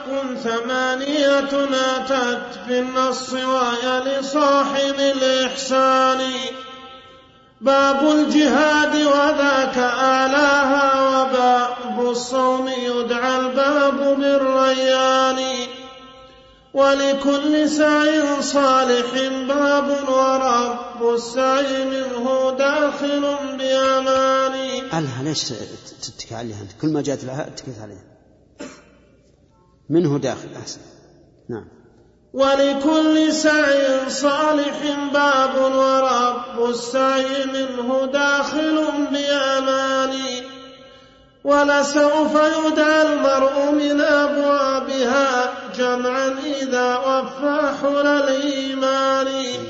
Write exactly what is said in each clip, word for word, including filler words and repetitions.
حق ثمانية أتت في النص وهي لصاحب الإحسان. باب الجهاد وذاك أعلاها، وباب الصوم يدعى الباب بالريان. ولكل سعي صالح باب، ورب السعي منه داخل بأمان. ألها ليش تتكي عليها أنت؟ كل ما جاءت لها اتكيت عليها. منه داخل أحسن. نعم. ولكل سعي صالح باب، ورب السعي منه داخل بأمان. ولسوف يدعى المرء من أبوابها جمعا إذا وفى حل الإيمان.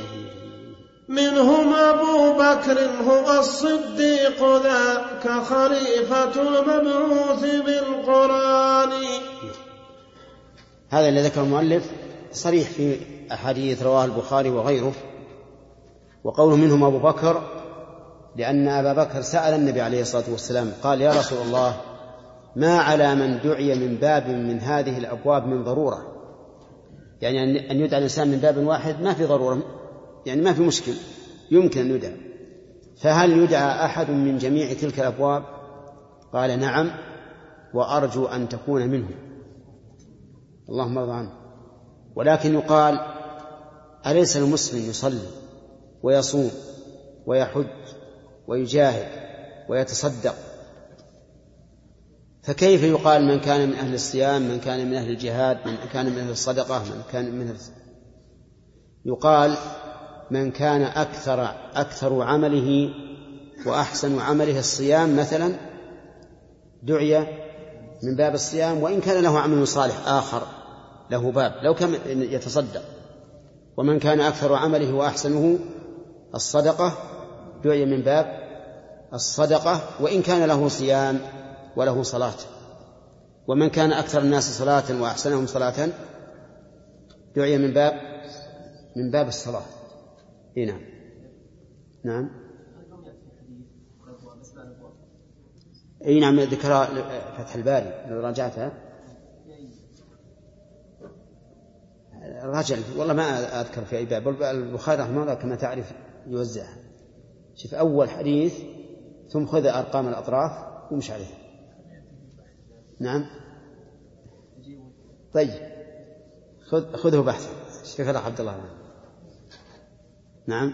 منهم أبو بكر هو الصديق، ذاك خليفة المبعوث بالقرآن. هذا الذي ذكر المؤلف صريح في أحاديث رواه البخاري وغيره. وقوله منهم أبو بكر لأن أبا بكر سأل النبي عليه الصلاة والسلام قال: يا رسول الله، ما على من دعي من باب من هذه الأبواب من ضرورة؟ يعني أن يدعى الإنسان من باب واحد ما في ضرورة، يعني ما في مشكل، يمكن أن يدعى. فهل يدعى أحد من جميع تلك الأبواب؟ قال: نعم، وأرجو أن تكون منه، اللهم ارض عنه. ولكن يقال: أليس المسلم يصلي ويصوم ويحج ويجاهد ويتصدق؟ فكيف يقال من كان من أهل الصيام، من كان من أهل الجهاد، من كان من أهل الصدقة، من كان من أهل... يقال: من كان أكثر, أكثر عمله وأحسن عمله الصيام مثلا دعي من باب الصيام، وإن كان له عمل صالح آخر له باب لو كان يتصدق. ومن كان أكثر عمله وأحسنه الصدقة دعي من باب الصدقة، وإن كان له صيام وله صلاة. ومن كان أكثر الناس صلاة وأحسنهم صلاة دعي من باب من باب الصلاة. إيه نعم. نعم. أي نعم، ذكر فتح الباري لو راجعتها راجع. والله ما أذكر في أي باب. البخاري رحمه الله كما تعرف يوزعها. شوف أول حديث ثم خذ أرقام الأطراف ومش عليه. نعم. طيب خذ خذه بحثا. شوف هذا عبد الله. نعم.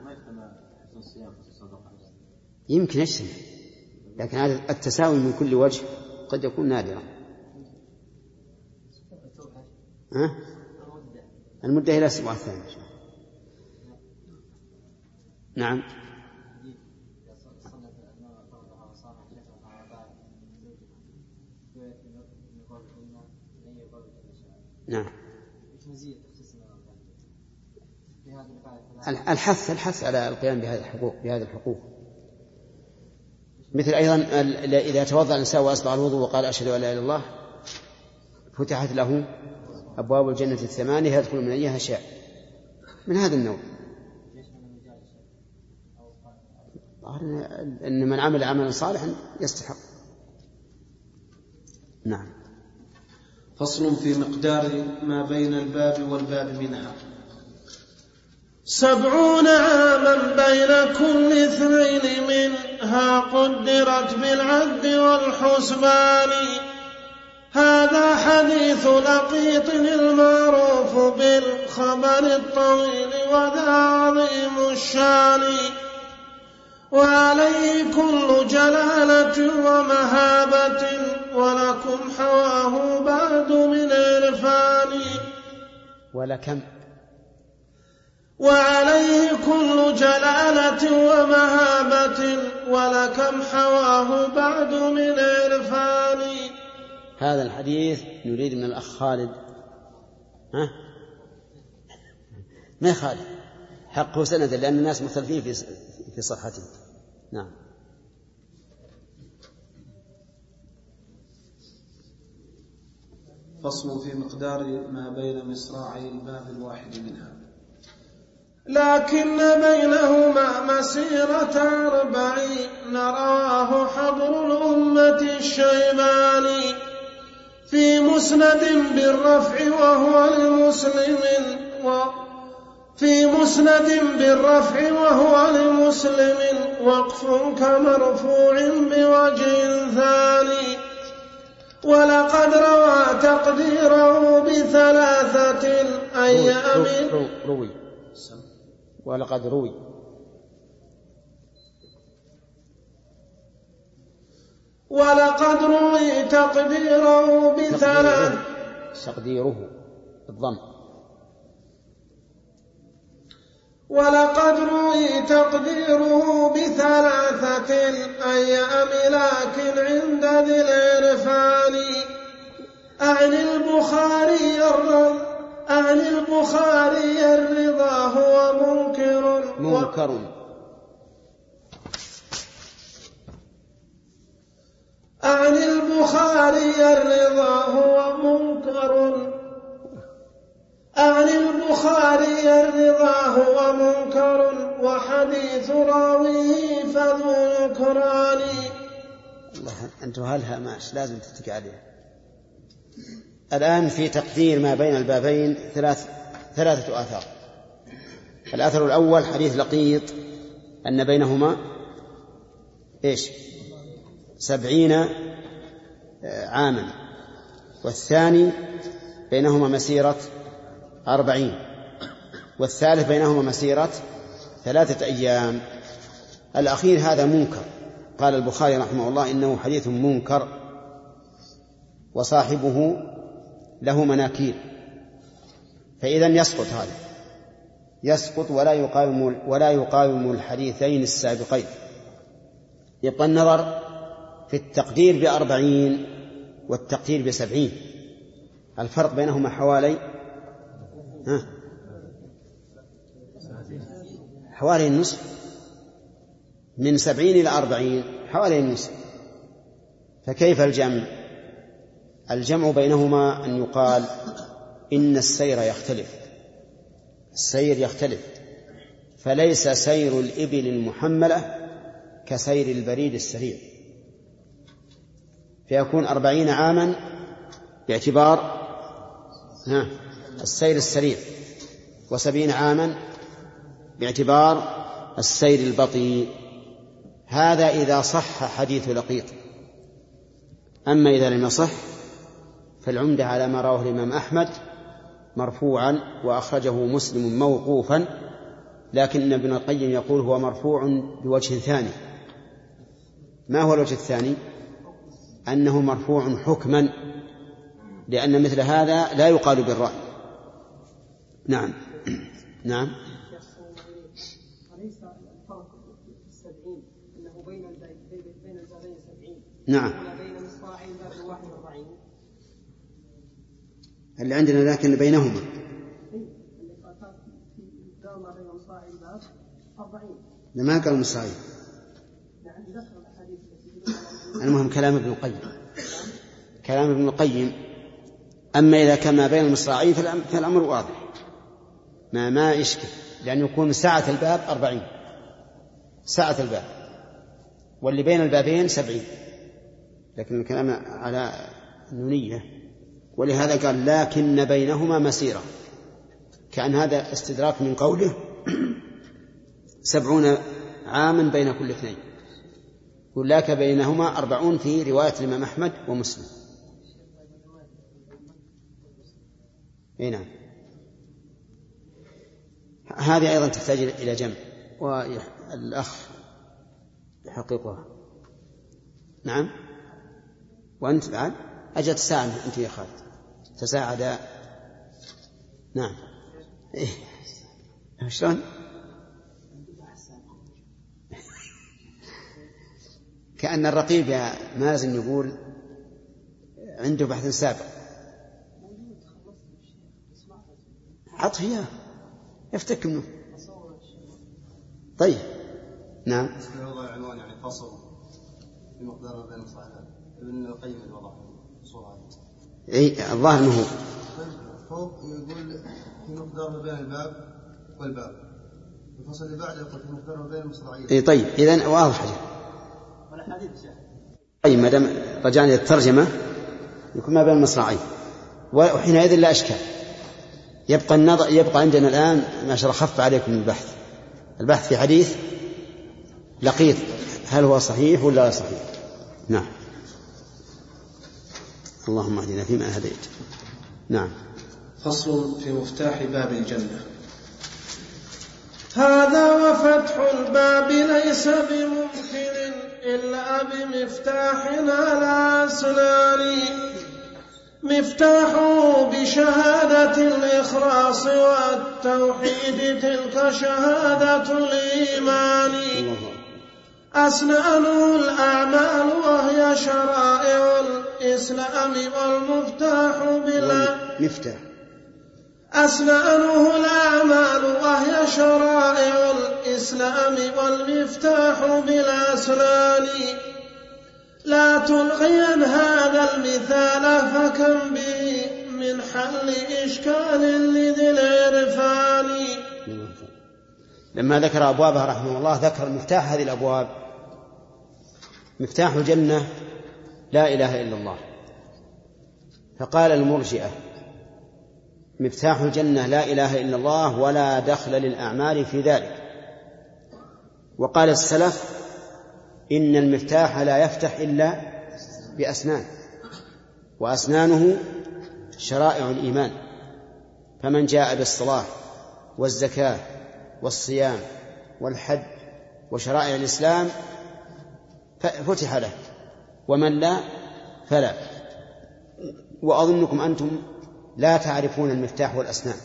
يمكن يجتمع، لكن هذا التساوي من كل وجه قد يكون نادرا. ها؟ المدة إلى الأسبوع الثاني. نعم. نعم. الحث الحث على القيام بهذه الحقوق بهذه الحقوق مثل أيضا إذا توضأ الإنسان وأسبغ الوضوء وقال: أشهد أن لا إله إلا الله، فتحت له أبواب الجنة الثمانية يدخل من أيها شاء، من هذا النوع. أن من عمل عملا صالحا يستحق. نعم. فصل في مقدار ما بين الباب والباب منها. سبعون عاما بين كل اثنين منها قدرت بالعد والحسبان. هذا حديث لقيط المعروف بالخبر الطويل وذا عظيم الشان. وعليه كل جلالة ومهابة ولكم حواه بعد من عرفان. ولكم وعليه كل جلالة ومهابة ولكم حواه بعد من عرفان. هذا الحديث نريد من الأخ خالد. ها؟ ما خالد حقه سند، لأن الناس مختلفين في في صحته. نعم. فصل في مقدار ما بين مصراعي الباب الواحد منها. لكن بينهما مسيرة أربعين رواه حبر الأمة الشيباني. في مسند بالرفع وهو لمسلم في مسند بالرفع وهو لمسلم وقف كمرفوع بوجه ثاني. ولقد روى تقديره بثلاثة أيام روي ولقد روي ولقد روي تقديره بثلاث تقديره الضم ولقد روي تقديره بثلاثة أيام لكن عند ذي العرفان أعني البخاري الرضا أعني البخاري الرضا هو منكر منكر أعني البخاري الرضا هو منكر أعني البخاري الرضا هو منكر وحديث راويه فذو نكران. الله أنتم هلها ماش لازم تتكي عليها. الآن في تقدير ما بين البابين ثلاث ثلاثة آثار. الآثر الأول حديث لقيط أن بينهما إيش سبعين عاما، والثاني بينهما مسيرة أربعين، والثالث بينهما مسيرة ثلاثة أيام. الأخير هذا منكر، قال البخاري رحمه الله إنه حديث منكر وصاحبه له مناكير، فإذا يسقط هذا يسقط ولا يقاوم ولا يقاوم الحديثين السابقين. يبقى النظر في التقدير بأربعين والتقدير بسبعين، الفرق بينهما حوالي ها حوالي النصف، من سبعين إلى أربعين حوالي النصف. فكيف الجمع؟ الجمع بينهما أن يقال إن السير يختلف، السير يختلف، فليس سير الإبل المحملة كسير البريد السريع، فيكون أربعين عاما باعتبار ها السير السريع، وسبعين عاما باعتبار السير البطيء. هذا إذا صح حديث لقيط. أما إذا لم يصح فالعمدة على ما رواه الإمام أحمد مرفوعا وأخرجه مسلم موقوفا، لكن ابن القيم يقول هو مرفوع بوجه ثاني. ما هو الوجه الثاني؟ أنه مرفوع حكما، لأن مثل هذا لا يقال بالرأي. نعم نعم. أليس الفرق في السبعين أنه بين بين البابين سبعين؟ نعم. بين مصراعين باب واحد وأربعين اللي عندنا، لكن بينهما ما قال مصراعين. المهم كلام ابن القيم كلام ابن القيم. أما إذا كان ما بين المصراعين فالأمر واضح، ما ما إشكل، لأن يكون سعة الباب أربعين، سعة الباب، واللي بين البابين سبعين، لكن الكلام على النونية. ولهذا قال لكن بينهما مسيرة، كأن هذا استدراك من قوله سبعون عاما بين كل اثنين، يقول لك بينهما أربعون في رواية الإمام أحمد ومسلم. اي نعم. هذه أيضا تحتاج إلى جمع، والأخ يحققها. نعم. وأنت بعد أجت ساعة أنت يا خالد تساعد. نعم. إيه. شلون؟ كأن الرقيب يا مازن يقول عنده بحث سابق. عط فيها يفتك منه. طيب. نعم. وضع عنوان يعني فصل في مقدار بين الصحيحين ابن القيم الوضع صورة. اي الظاهر انه هو فوق يقول في مقدار بين الباب والباب، الفصل اللي بعده يقول في مقدار بين المصراعين. اي طيب اذا واضح. ولا حديث شيخ. طيب ما دام رجعنا للترجمة يكون ما بين المصراعين، وحينئذ لا إشكال. يبقى النظر يبقى عندنا الآن ما شاء الله خف عليكم البحث البحث في حديث لقيط، هل هو صحيح ولا لا صحيح؟ نعم. اللهم اهدنا فيما هديت. نعم. فصل في مفتاح باب الجنة. هذا وفتح الباب ليس بممكن إلا بمفتاح على أسنان، مفتاحه بشهادة الإخلاص والتوحيد تلك شهادة الإيمان، أسنانه الأعمال وهي شرائع الإسلام والمفتاح بلا مفتاح أسنانه الأعمال وهي شرائع الإسلام والمفتاح بالأسنان، لا تلغين هذا المثال فكم به من حل إشكال لذي العرفان. لما ذكر أبوابها رحمه الله ذكر مفتاح هذه الأبواب. مفتاح الجنة لا إله إلا الله، فقال المرجئة مفتاح الجنة لا إله إلا الله ولا دخل للأعمال في ذلك. وقال السلف إن المفتاح لا يفتح إلا بأسنان، وأسنانه شرائع الإيمان، فمن جاء بالصلاة والزكاة والصيام والحج وشرائع الإسلام فتح له، ومن لا فلا. وأظنكم أنتم لا تعرفون المفتاح والأسنان،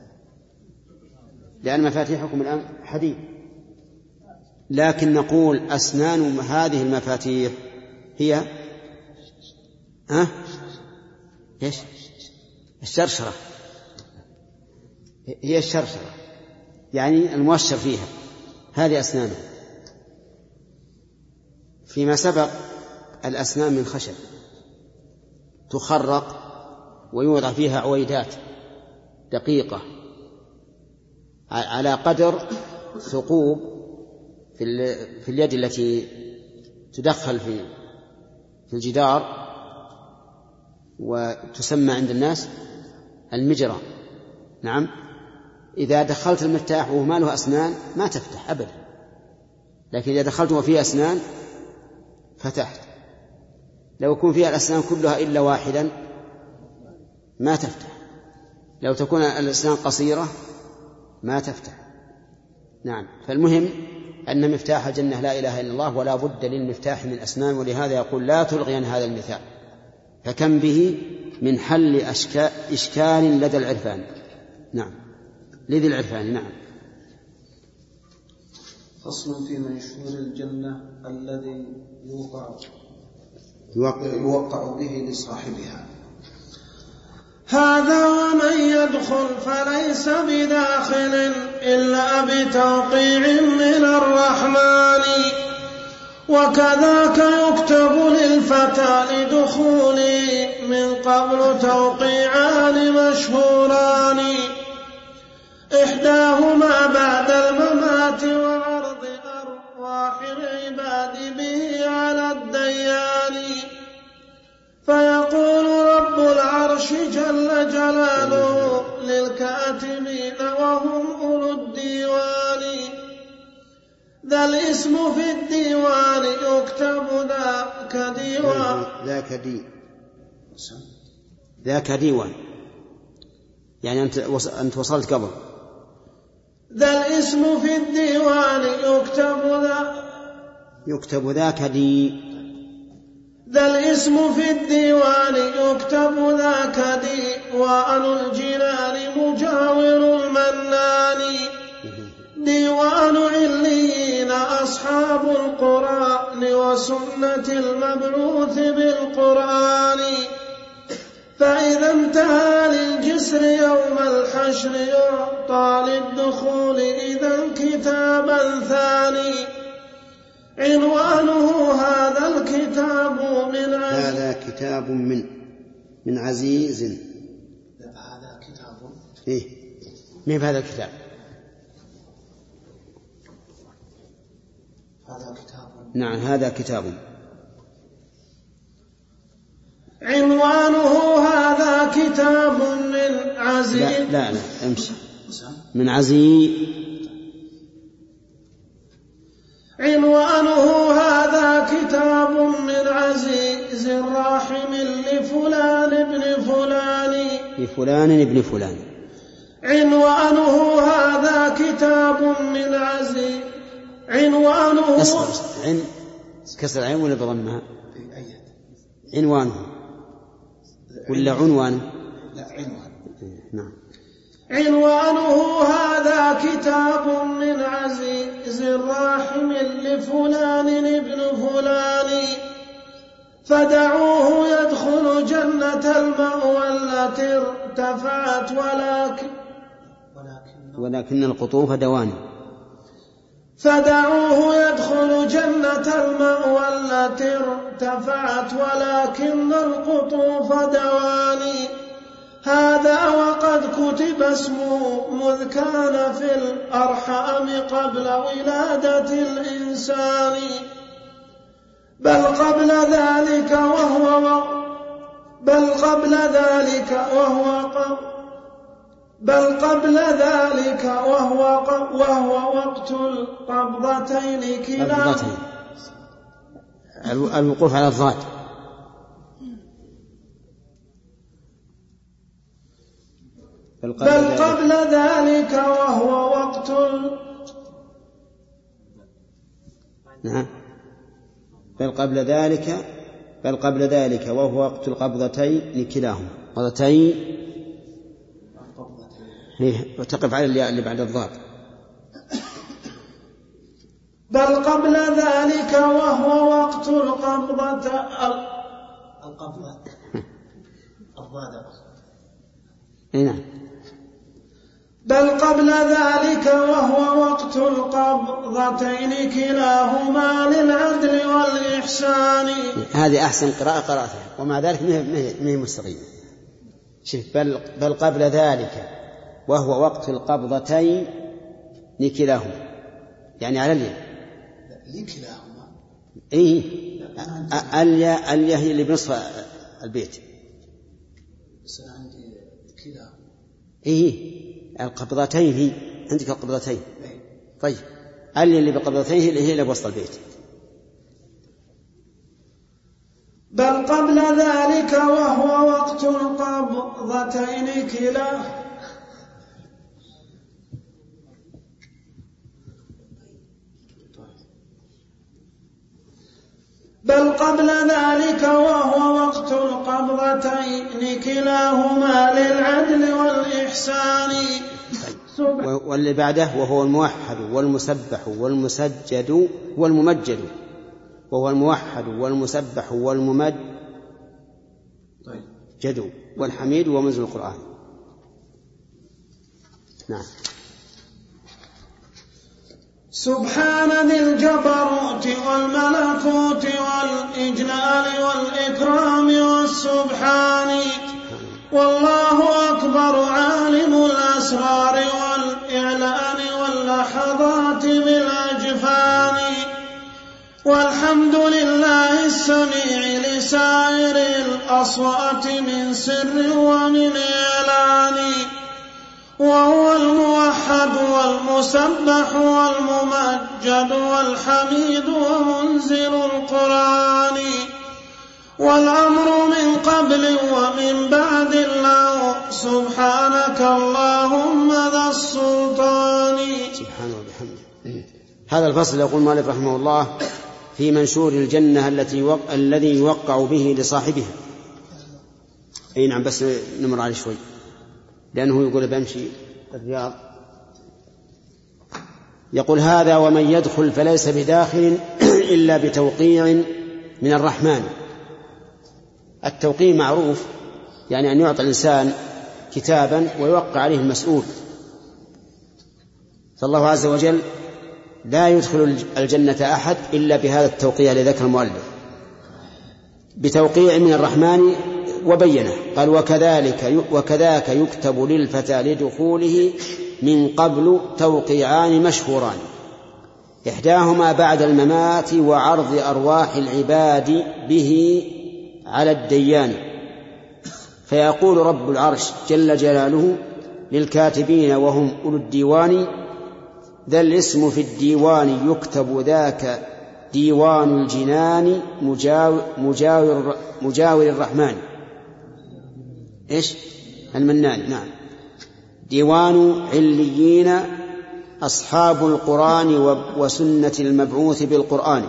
لأن مفاتيحكم الآن حديد، لكن نقول أسنان هذه المفاتيح هي ها إيش؟ الشرشرة، هي الشرشرة يعني المؤشر فيها، هذه أسنانه. فيما سبق الأسنان من خشب تخرق ويوضع فيها عويدات دقيقة على قدر ثقوب في اليد التي تدخل في في الجدار وتسمى عند الناس المجرى. نعم. إذا دخلت المفتاح وما له أسنان ما تفتح أبدا، لكن إذا دخلت وفيه أسنان فتحت. لو يكون فيها الأسنان كلها إلا واحدا ما تفتح، لو تكون الأسنان قصيرة ما تفتح. نعم. فالمهم أن مفتاح الجنة لا إله إلا الله، ولا بد للمفتاح من أسنان، ولهذا يقول لا تلغين هذا المثال، فكم به من حل إشكال لدى العرفان. نعم. لذي العرفان. نعم. فصل في منشور الجنة الذي يوقع يوقع, يوقع به لصاحبها. هذا ومن يدخل فليس بداخل إلا بتوقيع من الرحمن، وكذاك يكتب للفتى لدخوله من قبل توقيعان مشهوران، إحداهما بعد الممات وعرض أرواح العباد به على الديان، فيقول رب العرش جل جلاله للكاتبين وهم أولو الديوان، ذا الاسم في الديوان يكتب ذاك ديوان ذاك دي ذاك ديوان يعني أنت أنت وصلت قبل. ذا الاسم في الديوان يكتب ذا يكتب ذاك دي ذا الاسم في الديوان يكتب ذاك ديوان الجنان مجاور المنان، ديوان عليين أصحاب القرآن وسنة المبعوث بالقرآن، فإذا انتهى للجسر يوم الحشر يعطى للدخول إذا كتابا ثاني، عنوانه هذا الكتاب من عزيز. هذا كتاب من من عزيز. هذا كتاب إيه مين هذا الكتاب؟ هذا كتاب نعم هذا كتاب. عنوانه هذا كتاب من عزيز. لا لا, لا امشي من عزيز. عنوانه هذا كتاب من عزيز راحم لفلان ابن فلان لفلان ابن فلان. عنوانه هذا كتاب من عزيز. عنوانه اصبر عن كسر العين ولا بضمها؟ عنوانه ولا عنوانه؟ لا عنوان. نعم. عنوانه هذا كتاب من عزيز راحم لفلان ابن فلان فدعوه يدخل جنة المأوى التي ارتفعت ولكن ولكن القطوف دواني. فدعوه يدخل جنة المأوى التي ارتفعت ولكن القطوف دواني. هذا وقد كتب اسمه مذ كان في الأرحام قبل ولادة الإنسان بل قبل ذلك وهو بل قبل ذلك وهو بل قبل ذلك وهو وهو وقت القبضتين كلا. الوقوف على الضاد. بل قبل ذلك وهو وقت ال... نعم. بل قبل ذلك بل قبل ذلك وهو وقت القبضتين كلاهما. قبضتين وتقف على الياء اللي بعد الضاد. بل قبل ذلك وهو وقت القبضة القبضة الضاد. نعم. بل قبل ذلك وهو وقت القبضتين كلاهما للعدل والإحسان. هذه أحسن قراءة قراءتها ومع ذلك ما هي مستقيمة. شوف بل, بل قبل ذلك وهو وقت القبضتين لكلاهما يعني على الياء لكلاهما. إيه الياء الياء هي اللي بنصف البيت. بس أنا عندي كلاهما. إيه القبضتين هي عندك القبضتين. طيب الياء اللي بقبضتين هي اللي بوسط البيت. بل قبل ذلك وهو وقت القبضتين كلاهما. بل قبل ذلك وهو وقت القبضتين كلاهما للعدل والإحسان. واللي بعده وهو الموحد والمسبح والمسجد والممجد. وهو الموحد والمسبح والممجد والحميد ومنزل القرآن. نعم. سبحان ذي الجبروت والملكوت والإجلال والإكرام والسبحان والله أكبر عالم الأسرار والإعلان واللحظات بالأجفان والحمد لله السميع لسائر الأصوات من سر ومن إعلان وهو الموحد والمسبح والممجد والحميد ومنزل القرآن والأمر من قبل ومن بعد الله سبحانك اللهم ذا السلطان. سبحانه وبحمده. هذا الفصل يقول المؤلف رحمه الله في منشور الجنة التي يوقع الذي يوقع به لصاحبها. أي نعم بس نمر عليه شوي لأنه يقول بمشي الرياض. يقول هذا ومن يدخل فليس بداخل إلا بتوقيع من الرحمن. التوقيع معروف يعني أن يعطي الإنسان كتابا ويوقع عليه المسؤول. فالله عز وجل لا يدخل الجنة أحد إلا بهذا التوقيع الذي ذكر المؤلف بتوقيع من الرحمن وبينه. قال وكذلك وكذاك يكتب للفتى لدخوله من قبل توقيعان مشهوران إحداهما بعد الممات وعرض أرواح العباد به على الديان فيقول رب العرش جل جلاله للكاتبين وهم أولو الديوان: ذا الاسم في الديوان يكتب ذاك ديوان الجنان مجاور, مجاور, مجاور الرحمن إيش؟ المنان. نعم. ديوان عليين أصحاب القرآن وسنة المبعوث بالقرآن.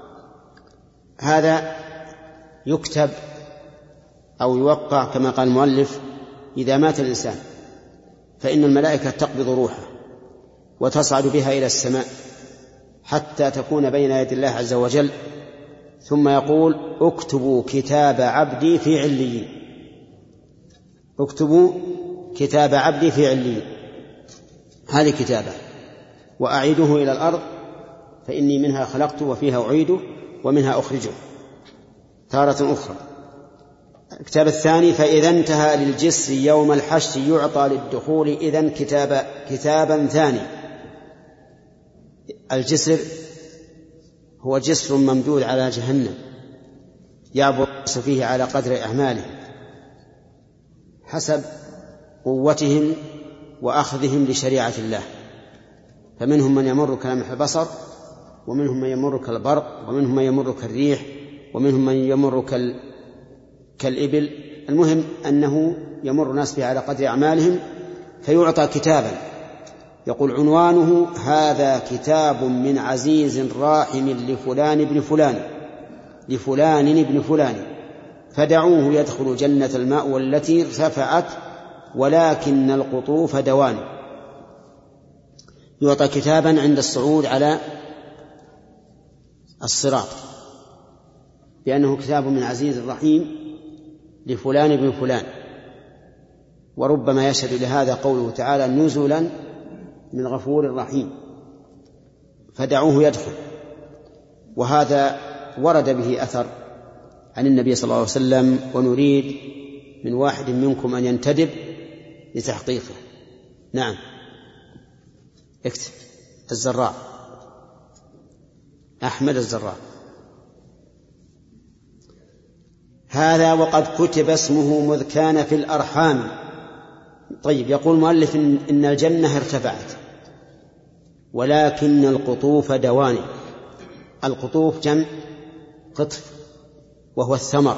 هذا يكتب أو يوقع كما قال المؤلف إذا مات الإنسان، فإن الملائكة تقبض روحه وتصعد بها إلى السماء حتى تكون بين يدي الله عز وجل، ثم يقول: اكتبوا كتاب عبدي في عليين، اكتبوا كتاب عبدي في عليين، هذه كتابة، وأعيده إلى الأرض فإني منها خلقته وفيها أعيده ومنها أخرجه تارة أخرى. الكتاب الثاني: فإذا انتهى للجسر يوم الحشر يعطى للدخول إذن كتاب كتابا ثاني. الجسر هو جسر ممدود على جهنم يعبر الناس فيه على قدر أعمالهم حسب قوتهم وأخذهم لشريعة الله، فمنهم من يمر كلمح البصر، ومنهم من يمر كالبرق، ومنهم من يمر كالريح، ومنهم من يمر كال... كالإبل. المهم أنه يمر الناس به على قدر أعمالهم، فيعطى كتابا يقول عنوانه: هذا كتاب من عزيز راحم لفلان ابن فلان لفلان ابن فلان فدعوه يدخل جنة الماء والتي ارتفعت ولكن القطوف دوان. يعطى كتابا عند الصعود على الصراط بأنه كتاب من عزيز رحيم لفلان ابن فلان، وربما يشهد لهذا قوله تعالى: نزلا من غفور رحيم فدعوه يدخل. وهذا ورد به أثر عن النبي صلى الله عليه وسلم، ونريد من واحد منكم أن ينتدب لتحقيقه. نعم. اكتب. الزراع، أحمد الزراع. هذا وقد كتب اسمه مذ كان في الأرحام. طيب، يقول المؤلف إن, إن الجنة ارتفعت ولكن القطوف دواني. القطوف جمع قطف وهو الثمر،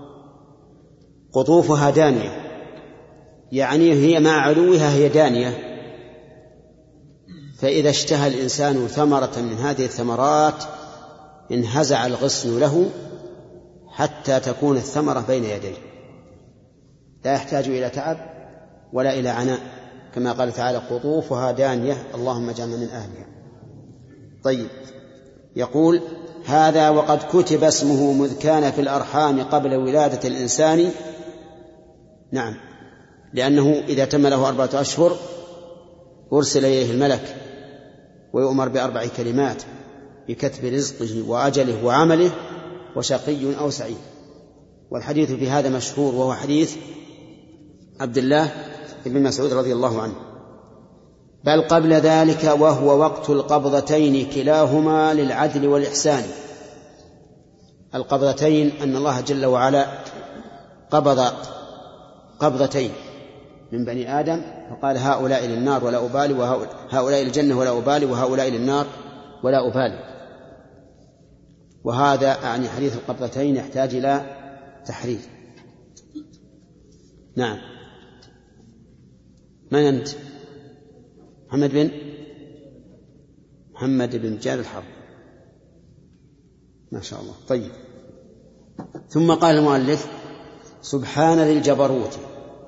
قطوفها دانية، يعني هي مع علوها هي دانية. فإذا اشتهى الإنسان ثمرة من هذه الثمرات انهزع الغصن له حتى تكون الثمرة بين يديه، لا يحتاج إلى تعب ولا إلى عناء، كما قال تعالى: قطوفها دانية اللهم اجعلنا من أهلها. طيب، يقول: هذا وقد كتب اسمه مذ كان في الأرحام قبل ولادة الإنسان. نعم، لأنه إذا تم له أربعة أشهر أرسل إليه الملك ويؤمر بأربع كلمات بكتب رزقه وأجله وعمله وشقي أو سعيد. والحديث في هذا مشهور، وهو حديث عبد الله بن مسعود رضي الله عنه. بل قبل ذلك وهو وقت القبضتين كلاهما للعدل والإحسان. القبضتين أن الله جل وعلا قبض قبضتين من بني آدم فقال: هؤلاء للنار ولا أبالي، وهؤلاء للجنة ولا أبالي، وهؤلاء للنار ولا أبالي. وهذا يعني حديث القبضتين يحتاج إلى تحرير. نعم. من أنت؟ محمد بن محمد بن جاد الحرب، ما شاء الله. طيب، ثم قال المؤلف: سبحان ذي الجبروت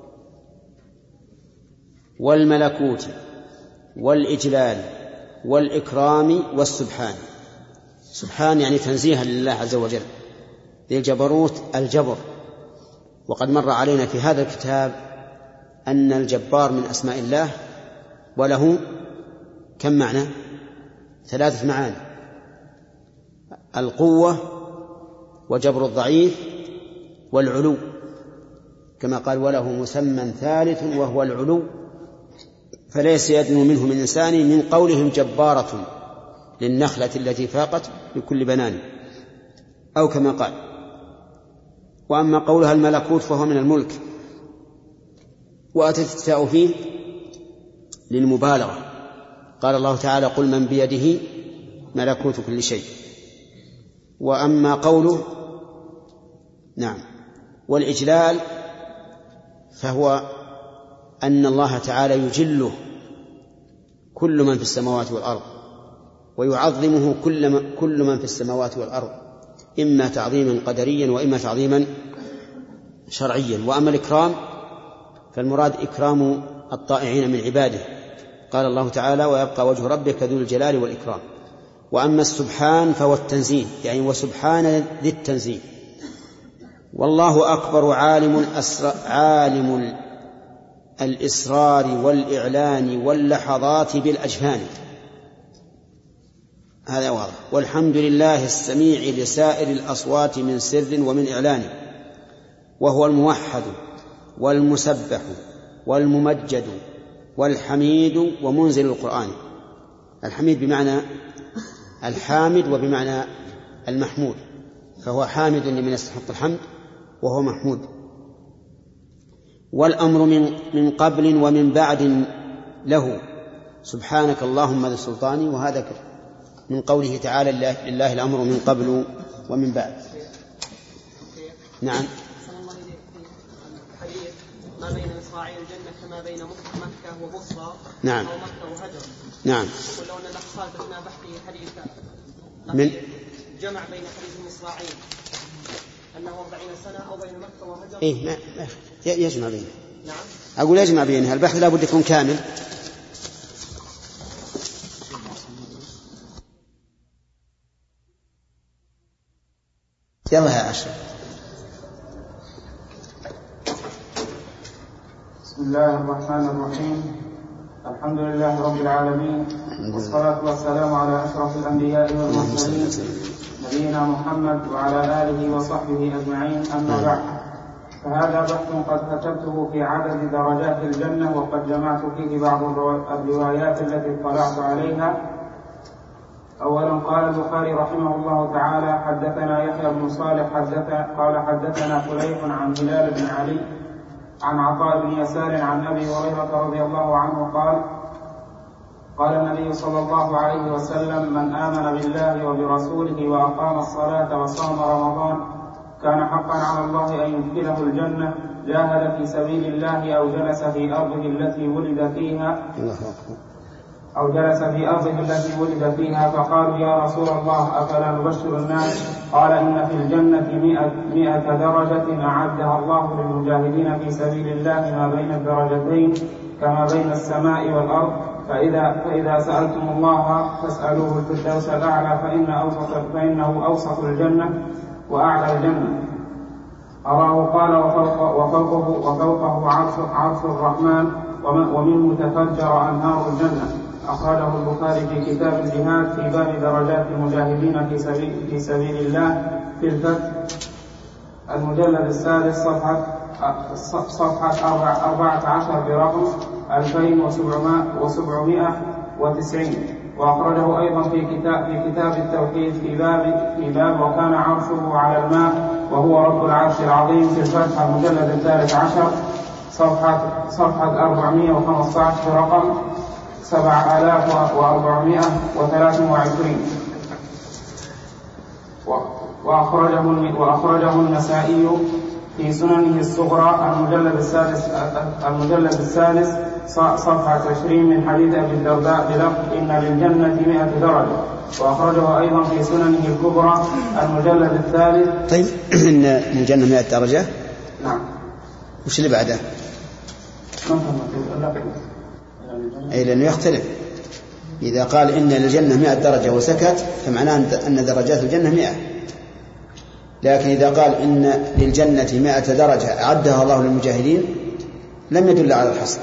والملكوت والإجلال والإكرام والسبحان. سبحان يعني تنزيها لله عز وجل، ذي الجبروت الجبر. وقد مر علينا في هذا الكتاب أن الجبار من أسماء الله، وله كم معنى؟ ثلاثة معاني: القوة وجبر الضعيف والعلو، كما قال: وله مسمى ثالث وهو العلو، فليس يدنو منه من إنسان من قولهم جبارة للنخلة التي فاقت بكل بنان، أو كما قال. وأما قولها الملكوت فهو من الملك وأتت التاء فيه للمبالغة. قال الله تعالى قل من بيده ملكوت كل شيء. وأما قوله نعم والإجلال فهو أن الله تعالى يجله كل من في السماوات والأرض ويعظمه كل من في السماوات والأرض، إما تعظيما قدريا وإما تعظيما شرعيا. وأما الإكرام فالمراد إكرام الطائعين من عباده، قال الله تعالى ويبقى وجه ربك ذو الجلال والإكرام. وأما السبحان فهو التنزيه، يعني وسبحان ذي التنزيه. والله أكبر عالم عالم الإسرار والإعلان واللحظات بالأجفان، هذا واضح. والحمد لله السميع لسائر الأصوات من سر ومن إعلان، وهو الموحد والمسبح والممجد والحميد ومنزل القرآن. الحميد بمعنى الحامد وبمعنى المحمود، فهو حامد لمن يستحق الحمد وهو محمود. والأمر من من قبل ومن بعد له سبحانك اللهم ذا السلطان، وهذا من قوله تعالى لله الأمر من قبل ومن بعد. نعم. ما بين مصراعي الجنة كما بين مكة وبصرى نعم. أو مكة وهجر. نعم. ولو أن الأخصال أثناء بحثه حديث من جمع بين حديث مصراعين أنه أربعين سنة أو بين مكة وهجر. إيه ما يجمع بينه. نعم. أقول يجمع بينها، البحث لا بد يكون كامل. يلا يا عشر. بسم الله الرحمن الرحيم. الحمد لله رب العالمين، والصلاة والسلام على أشرف الأنبياء والمرسلين نبينا محمد وعلى آله وصحبه أجمعين. أما بعد، فهذا بحث قد كتبته في عدد درجات الجنة، وقد جمعت فيه بعض الروايات التي اطلعت عليها. أولا قال البخاري رحمه الله تعالى حدثنا يحيى بن صالح حدث قال حدثنا فليح عن هلال بن علي عن عطاء بن يسار عن أبي هريرة رضي الله عنه قال قال النبي صلى الله عليه وسلم من آمن بالله وبرسوله وأقام الصلاة وصام رمضان كان حقا على الله أن يدخله الجنة، جاهد في سبيل الله أو جلس في أرضه التي ولد فيها أو جلس في أرضه التي ولد فيها فقالوا يا رسول الله أفلا نبشر الناس؟ قال إن في الجنة مئة, مئة درجة أعدها الله للمجاهدين في سبيل الله ما بين الدرجتين كما بين السماء والأرض، فإذا, فإذا سألتم الله فاسألوه الفردوس الأعلى فإن أوسط فإنه أوسط الجنة وأعلى الجنة. أراه قال وفوقه, وفوقه, وفوقه عرش, عرش الرحمن ومنه تفجر أنهار الجنة. أخرجه البخاري في كتاب الجهاد في باب درجات المجاهدين في سبيل, في سبيل الله في الفتح المجلد السادس صفحة صفحة أربعة عشر برقم ألفين وسبعمائة وتسعين. وأخرجه أيضا في كتاب في كتاب التوحيد في باب في باب وكان عرشه على الماء وهو رب العرش العظيم في الفتح المجلد الثالث عشر صفحة صفحة أربعمائة وخمسة عشر برقم سبعة آلاف وأربعمائة وثلاثة وعشرين. وأخرجه وأخرجه النسائي في سننه الصغرى المجلد السادس المجلد السادس صفحة عشرين من حديث أبي الدرداء بلفظ إن للجنة مئة درجة. وأخرجه أيضا في سننه الكبرى المجلد الثالث. طيب إن الجنة مئة درجة. نعم. وش اللي بعده؟ أي لأنه يختلف. إذا قال إن الجنة مئة درجة وسكت فمعناه أن درجات الجنة مئة، لكن إذا قال إن للجنة مئة درجة أعدها الله للمجاهدين لم يدل على الحصر.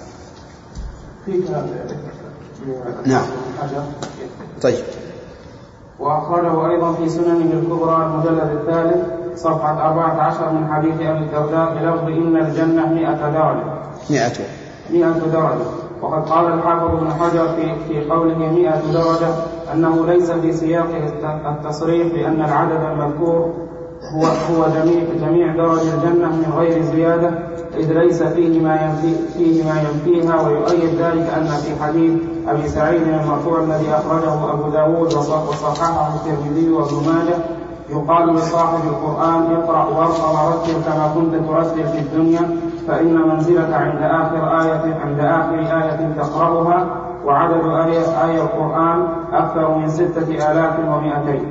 نعم. طيب. وأخرجه أيضا في سننه الكبرى المجلد الثالث صفحة أربعة عشر من حديث أبي الدرداء بلفظ إن الجنة مئة درجة. مئة مئة درجة. وقد قال الحافظ ابن حجر في, في قوله مئة درجة أنه ليس في سياق التصريح بأن العدد المذكور هو هو جميع جميع درج الجنة من غير زيادة، إذ ليس فيه ما ينفي فيه ما ينفيها. ويؤيد ذلك أن في حديث أبي سعيد المرفوع الذي أخرجه أبو داود وصححه الترمذي وابن ماجه يقال لصاحب القرآن اقرأ وارقى ورتل كما كنت ترتل في الدنيا، فإن منزلك عند آخر آية عند آخر آية تقرأها، وعدد آية آية القرآن أكثر من ستة آلاف ومئتين.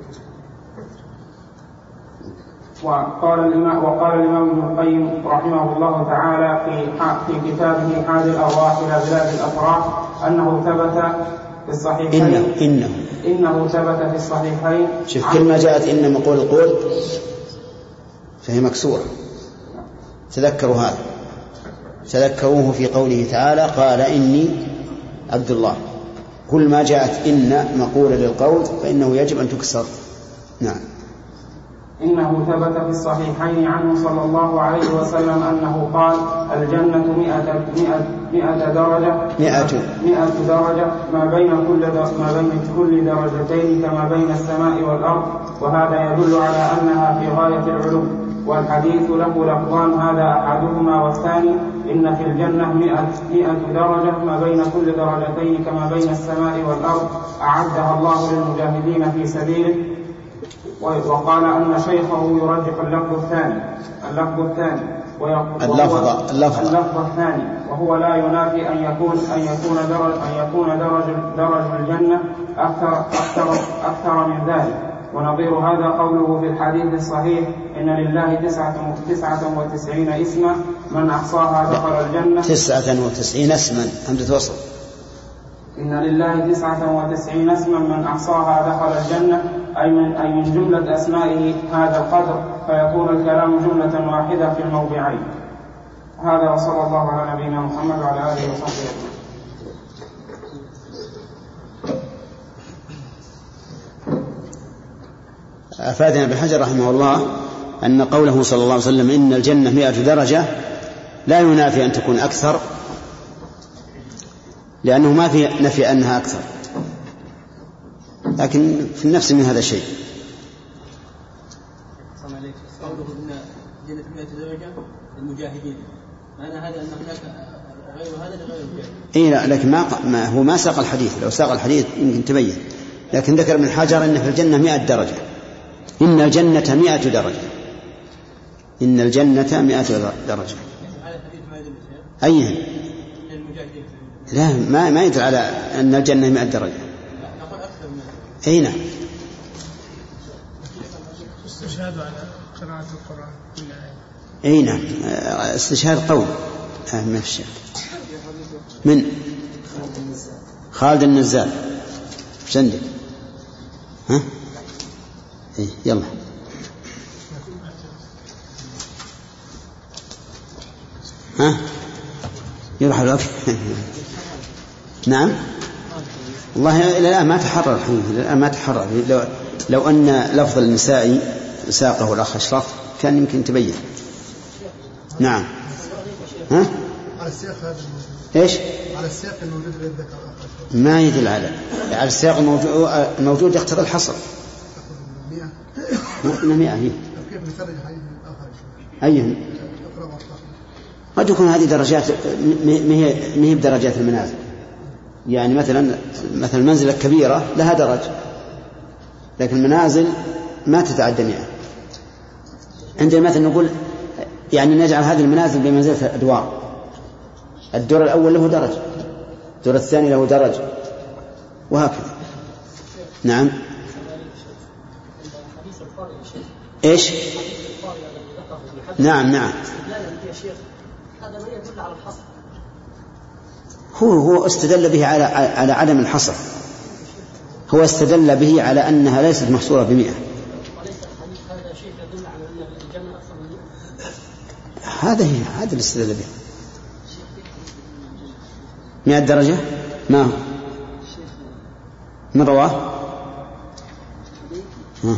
وقال الإمام وقال الإمام ابن القيم رحمه الله تعالى في في كتابه حاد الأرواح إلى بلاد الأفراح أنه ثبت في الصحيحين إنه إنه إنه ثبت في الصحيحين. شوف كل ما جاءت إن مقول القول فهي مكسورة. تذكروا هذا، تذكروه في قوله تعالى قال إني عبد الله. كل ما جاءت إن مقولة للقول فإنه يجب أن تكسر. نعم. إنه ثبت في الصحيحين عنه صلى الله عليه وسلم أنه قال الجنة مئة, مئة, مئة درجة مئة, مئة درجة ما بين كل ما بين كل درجتين كما بين السماء والأرض، وهذا يدل على أنها في غاية العلو. والحديث له لفظان، هذا أحدهما والثاني إن في الجنة مئة, مئة درجة ما بين كل درجتين كما بين السماء والأرض أعدها الله للمجاهدين في سبيله. وقال أن شيخه يرجح اللفظ الثاني اللفظ الثاني اللفظ اللفظ الثاني وهو لا ينافي أن يكون أن يكون درج أن يكون درج درج الجنة أكثر أكثر أكثر من ذلك. ونظير هذا قوله في الحديث الصحيح إن لله تسعة تسعة وتسعين اسما من أحصاها دخل الجنة. تسعة وتسعين اسما همزة وصل. إن لله تسعة وتسعين اسما من أحصاها دخل الجنة، أي من, أي من جملة أسمائه هذا القدر، فيكون الكلام جملة واحدة في الموضعين. هذا وصلى الله على نبينا محمد وعلى آله وصحبه أجمعين. أفادنا ابن حجر رحمه الله أن قوله صلى الله عليه وسلم إن الجنة مئة درجة لا ينافي أن تكون أكثر، لأنه ما في نفي أنها أكثر، لكن في النفس من هذا الشيء. قوله إن جنة مئة درجة للمجاهدين، معنى هذا أن هناك غير هذا لغير المجاهدين. إيه لا، لكن ما, ما هو ما ساق الحديث. لو ساق الحديث يمكن تبين، لكن ذكر ابن حجر أن في الجنة مئة درجة. إن الجنة مئة درجة إن الجنة مئة درجة. أيهن؟ لا، ما ما يدل على أن الجنة مئة درجة. أي نعم. استشهاد على قراءة القرآن. أي نعم، استشهاد قول آه ما في شك. من خالد النزال. ايش عندك؟ ها؟ إيه يلا. ها؟ يروح الوقت. نعم. والله إلى الآن ما تحرر الحين، إلى الآن ما تحرر. لو, لو أن لفظ النسائي ساقه الأخ أشرف كان يمكن تبين. نعم. ها؟ على السياق هذا إيش؟ على السياق الموجود في الذكر ما يدل على على السياق الموجود, الموجود يقتضي الحصر. مئة مئة هي. كيف نخرج حديث آخر؟ أيهن؟ قد يكون هذه درجات ما هي بدرجات المنازل. يعني مثلا مثلا المنزلة الكبيرة لها درج، لكن المنازل ما تتعدى مئة. عندنا مثلا نقول يعني نجعل هذه المنازل بمنزلة الأدوار. الدور الأول له درج، الدور الثاني له درج، وهكذا. نعم. إيش؟ نعم نعم. هذا ما يدل على الحصر. هو هو استدل به على على عدم الحصر. هو استدل به على أنها ليست محصورة بمئة. وليس الحديث هذا شيء يدل على أن الجنة أكثر من مئة. هذا هي هذا الاستدلال به. مئة درجة ما هو من رواه؟ ها.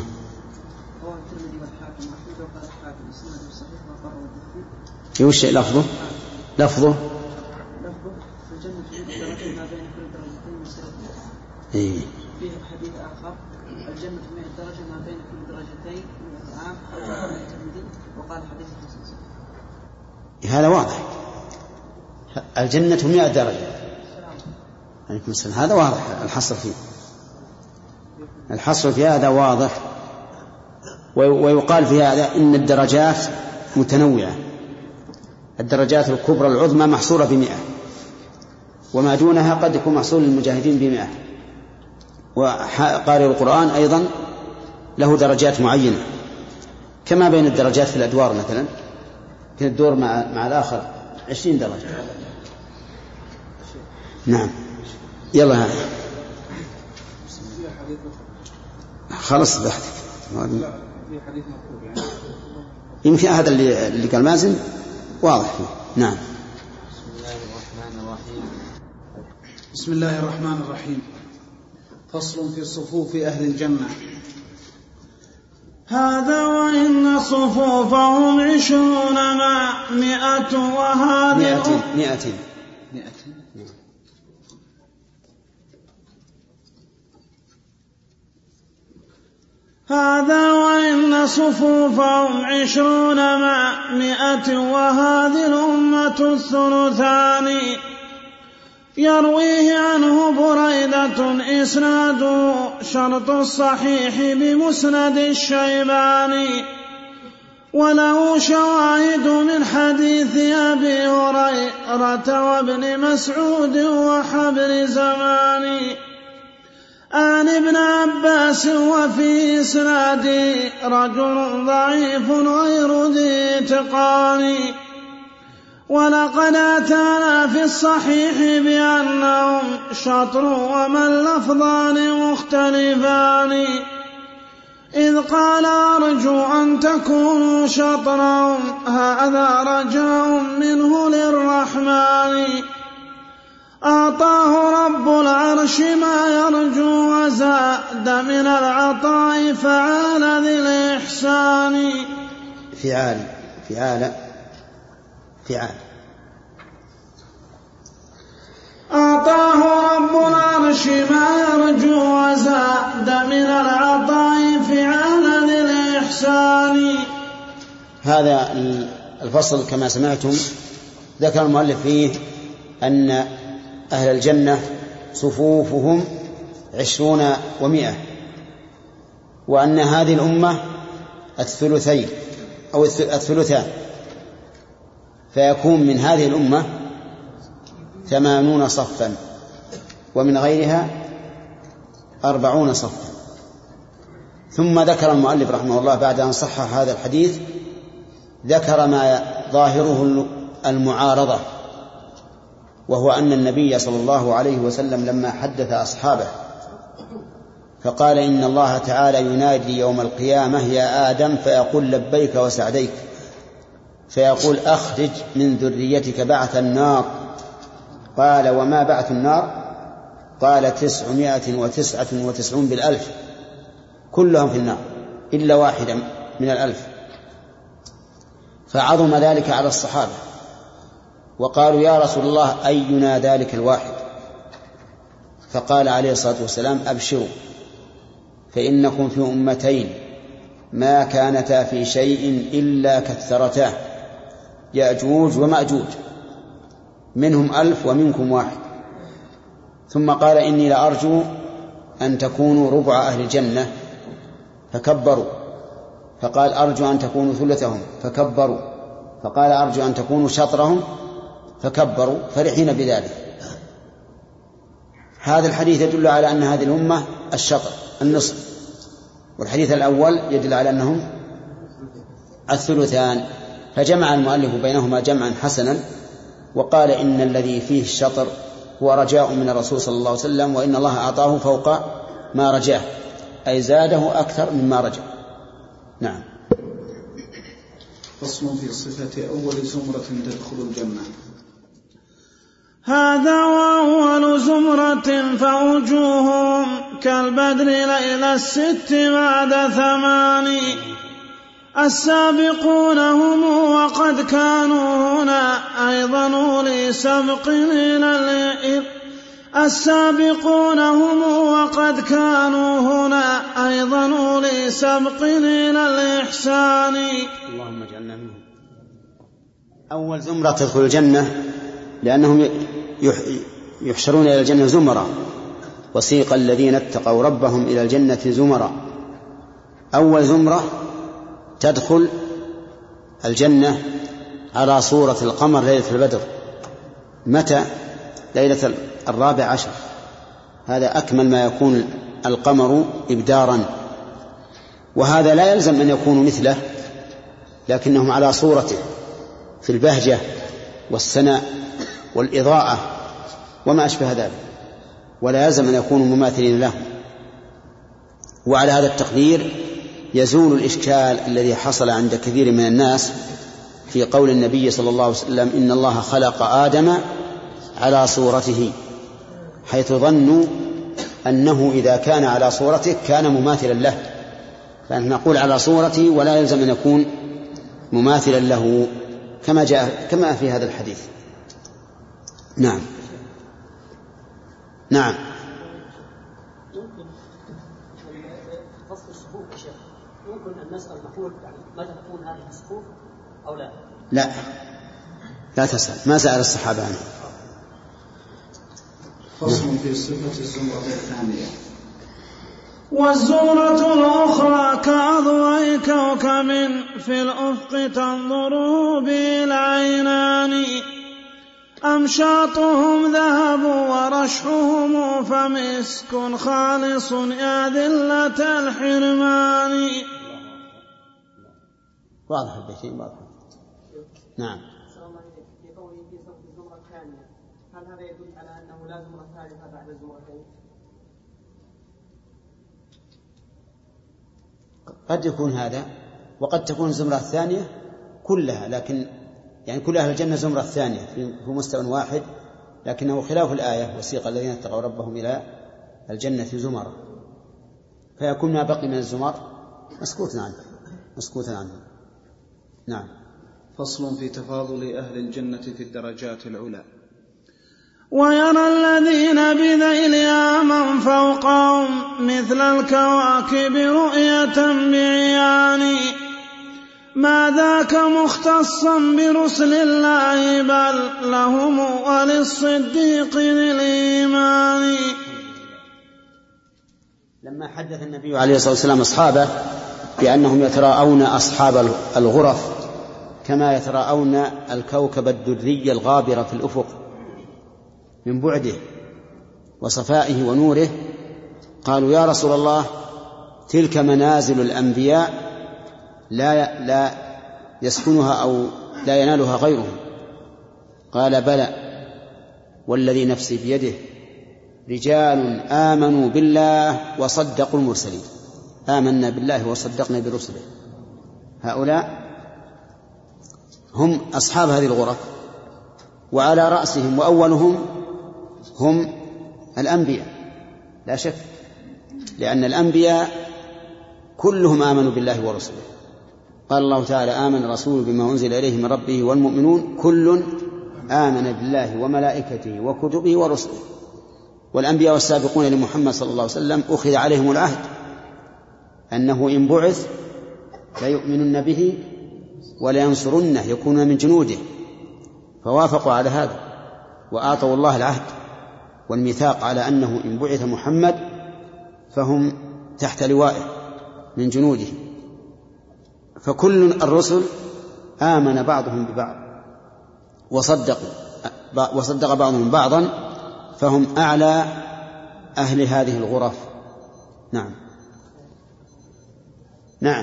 يوش لفظه لفظه إيه. فيه حديث آخر الجنة مئة درجة ما بين كل درجتين مئة عام وقال حديث حسن. هذا واضح، الجنة مئة درجة. عليكم السلام. هذا واضح الحصر فيه، الحصر في هذا واضح. ويقال في هذا إن الدرجات متنوعة، الدرجات الكبرى العظمى محصورة بمئة، وما دونها قد يكون محصور للمجاهدين بمئة. وقارئ القرآن أيضا له درجات معينة، كما بين الدرجات في الأدوار مثلا، كان الدور مع, مع الآخر عشرين درجة. نعم. يلا خلص بحثك. يمكن هذا اللي, اللي قال مازن واضح فيه. نعم. بسم الله الرحمن الرحيم. بسم الله الرحمن الرحيم. فصل في صفوف أهل الجنة. هذا وإن صفوفهم عشرون مع مئة وهذه مئة مئة مئة هذا وإن صفوفهم عشرون مع مئة وهذه الأمة الثلثان. يرويه عنه بريدة إسناده شرط الصحيح بمسند الشيباني، وله شواهد من حديث أبي هريرة وابن مسعود وحبر زماني عن ابن عباس. وفي إسناده رجل ضعيف غير ذي اتقان، ولقد أتانا في الصحيح بأنهم شطر وما اللفظان مختلفان، إذ قال أرجو أن تكونوا شطرهم هذا رجاء منه للرحمن. أعطاه رب العرش ما يرجو وزاد من العطاء فعال ذي الإحسان. فعال فعال فعال أعطاه رب العرش ما يرجو وزاد من العطاء فعال ذي الإحسان. هذا الفصل كما سمعتم ذكر المؤلف فيه أن أهل الجنة صفوفهم عشرون ومئة، وأن هذه الأمة الثلثين أو الثلثان، فيكون من هذه الأمة ثمانون صفا ومن غيرها أربعون صفا. ثم ذكر المؤلف رحمه الله بعد أن صحح هذا الحديث ذكر ما ظاهره المعارضة، وهو أن النبي صلى الله عليه وسلم لما حدث أصحابه فقال إن الله تعالى ينادي يوم القيامة يا آدم فيقول لبيك وسعديك، فيقول أخرج من ذريتك بعث النار. قال وما بعث النار؟ قال تسعمائة وتسعة وتسعون بالألف، كلهم في النار إلا واحدا من الألف. فعظم ذلك على الصحابة وقالوا يا رسول الله أينا ذلك الواحد؟ فقال عليه الصلاة والسلام أبشروا فإنكم في أمتين ما كانتا في شيء إلا كثرتاه، يأجوج ومأجوج، منهم ألف ومنكم واحد. ثم قال إني لأرجو أن تكونوا ربع أهل الجنة فكبروا، فقال أرجو أن تكونوا ثلثهم فكبروا، فقال أرجو أن تكونوا شطرهم فكبروا، فرحين بذلك. هذا الحديث يدل على أن هذه الأمة الشطر النصف، والحديث الأول يدل على أنهم الثلثان، فجمع المؤلف بينهما جمعا حسنا، وقال إن الذي فيه الشطر هو رجاء من الرسول صلى الله عليه وسلم، وإن الله أعطاه فوق ما رجاه، أي زاده أكثر مما رجع. نعم. فصل في صفة أول زمرة تدخل الجنة. هذا وأول زمرة فوجوههم كالبدر ليل الست بعد ثمان، السابقون هم وقد كانوا هنا أيضا أولي سبق إلى السابقون هم وقد كانوا هنا أيضا أولي سبق إلى الإحسان. اللهم اجعلنا منهم. أول زمرة تدخل الجنة لأنهم يحشرون إلى الجنة زمرا، وسيق الذين اتقوا ربهم إلى الجنة زمرا. أول زمرة تدخل الجنة على صورة القمر ليلة البدر. متى؟ ليلة الرابع عشر، هذا أكمل ما يكون القمر إبدارا، وهذا لا يلزم أن يكونوا مثله، لكنهم على صورته في البهجة والسناء والإضاءة وما أشبه ذلك، ولا يلزم أن يكونوا مماثلين لهم. وعلى هذا التقدير يزول الإشكال الذي حصل عند كثير من الناس في قول النبي صلى الله عليه وسلم إن الله خلق آدم على صورته، حيث ظنوا أنه إذا كان على صورته كان مماثلا له، فأنت نقول على صورته ولا يلزم أن يكون مماثلا له كما جاء كما في هذا الحديث. نعم نعم. ممكن فصل الصفوف يا شيخ، ممكن أن نسأل نقول يعني متى تكون هذه الصفوف أو لا؟ لا لا تسأل، ما سأل الصحابة عنه. فصل في صفة الزمرة الثانية. والزمرة الأخرى كأضواء كوكب في الأفق تنظر به العينان، أمشاطهم ذهب ورشحهم فمسك خالص يا ذلة الحرمان. واضح البيتين واضح. نعم. في قوله في صفة الزمرة الثانية، هل هذا يدل على أنه لا زمرة ثالثة بعد الزمرتين؟ قد يكون هذا، وقد تكون الزمرة الثانية كلها، لكن يعني كل أهل الجنة زمرة الثانية في مستوى واحد، لكنه خلاف الآية وسيق الذين اتقوا ربهم إلى الجنة زمرا، فيكون ما بقي من الزمر مسكوتا عنه مسكوتا عنه. نعم. فصل في تفاضل أهل الجنة في الدرجات العلى. ويرى الذين بذيلها من فوقهم مثل الكواكب رؤية بعيان، ما ذاك مختصا برسل الله بل لهم وللصديق للإيمان. لما حدث النبي عليه الصلاة والسلام أصحابه بأنهم يتراءون أصحاب الغرف كما يتراءون الكوكب الدري الغابر في الأفق من بعده وصفائه ونوره، قالوا يا رسول الله تلك منازل الأنبياء لا لا يسكنها أو لا ينالها غيرهم. قال بلى والذي نفسي بيده رجال آمنوا بالله وصدقوا المرسلين. آمنا بالله وصدقنا برسله، هؤلاء هم أصحاب هذه الغرف، وعلى رأسهم وأولهم هم الأنبياء لا شك، لأن الأنبياء كلهم آمنوا بالله ورسله. قال الله تعالى آمن الرسول بما أنزل إليه من ربه والمؤمنون كل آمن بالله وملائكته وكتبه ورسله. والأنبياء والسابقون لمحمد صلى الله عليه وسلم أخذ عليهم العهد أنه إن بعث ليؤمنن به ولينصرنه يكونون من جنوده، فوافقوا على هذا وآتوا الله العهد والميثاق على أنه إن بعث محمد فهم تحت لوائه من جنوده. فكل الرسل آمن بعضهم ببعض وصدقوا وصدق بعضهم بعضا، فهم أعلى أهل هذه الغرف. نعم نعم.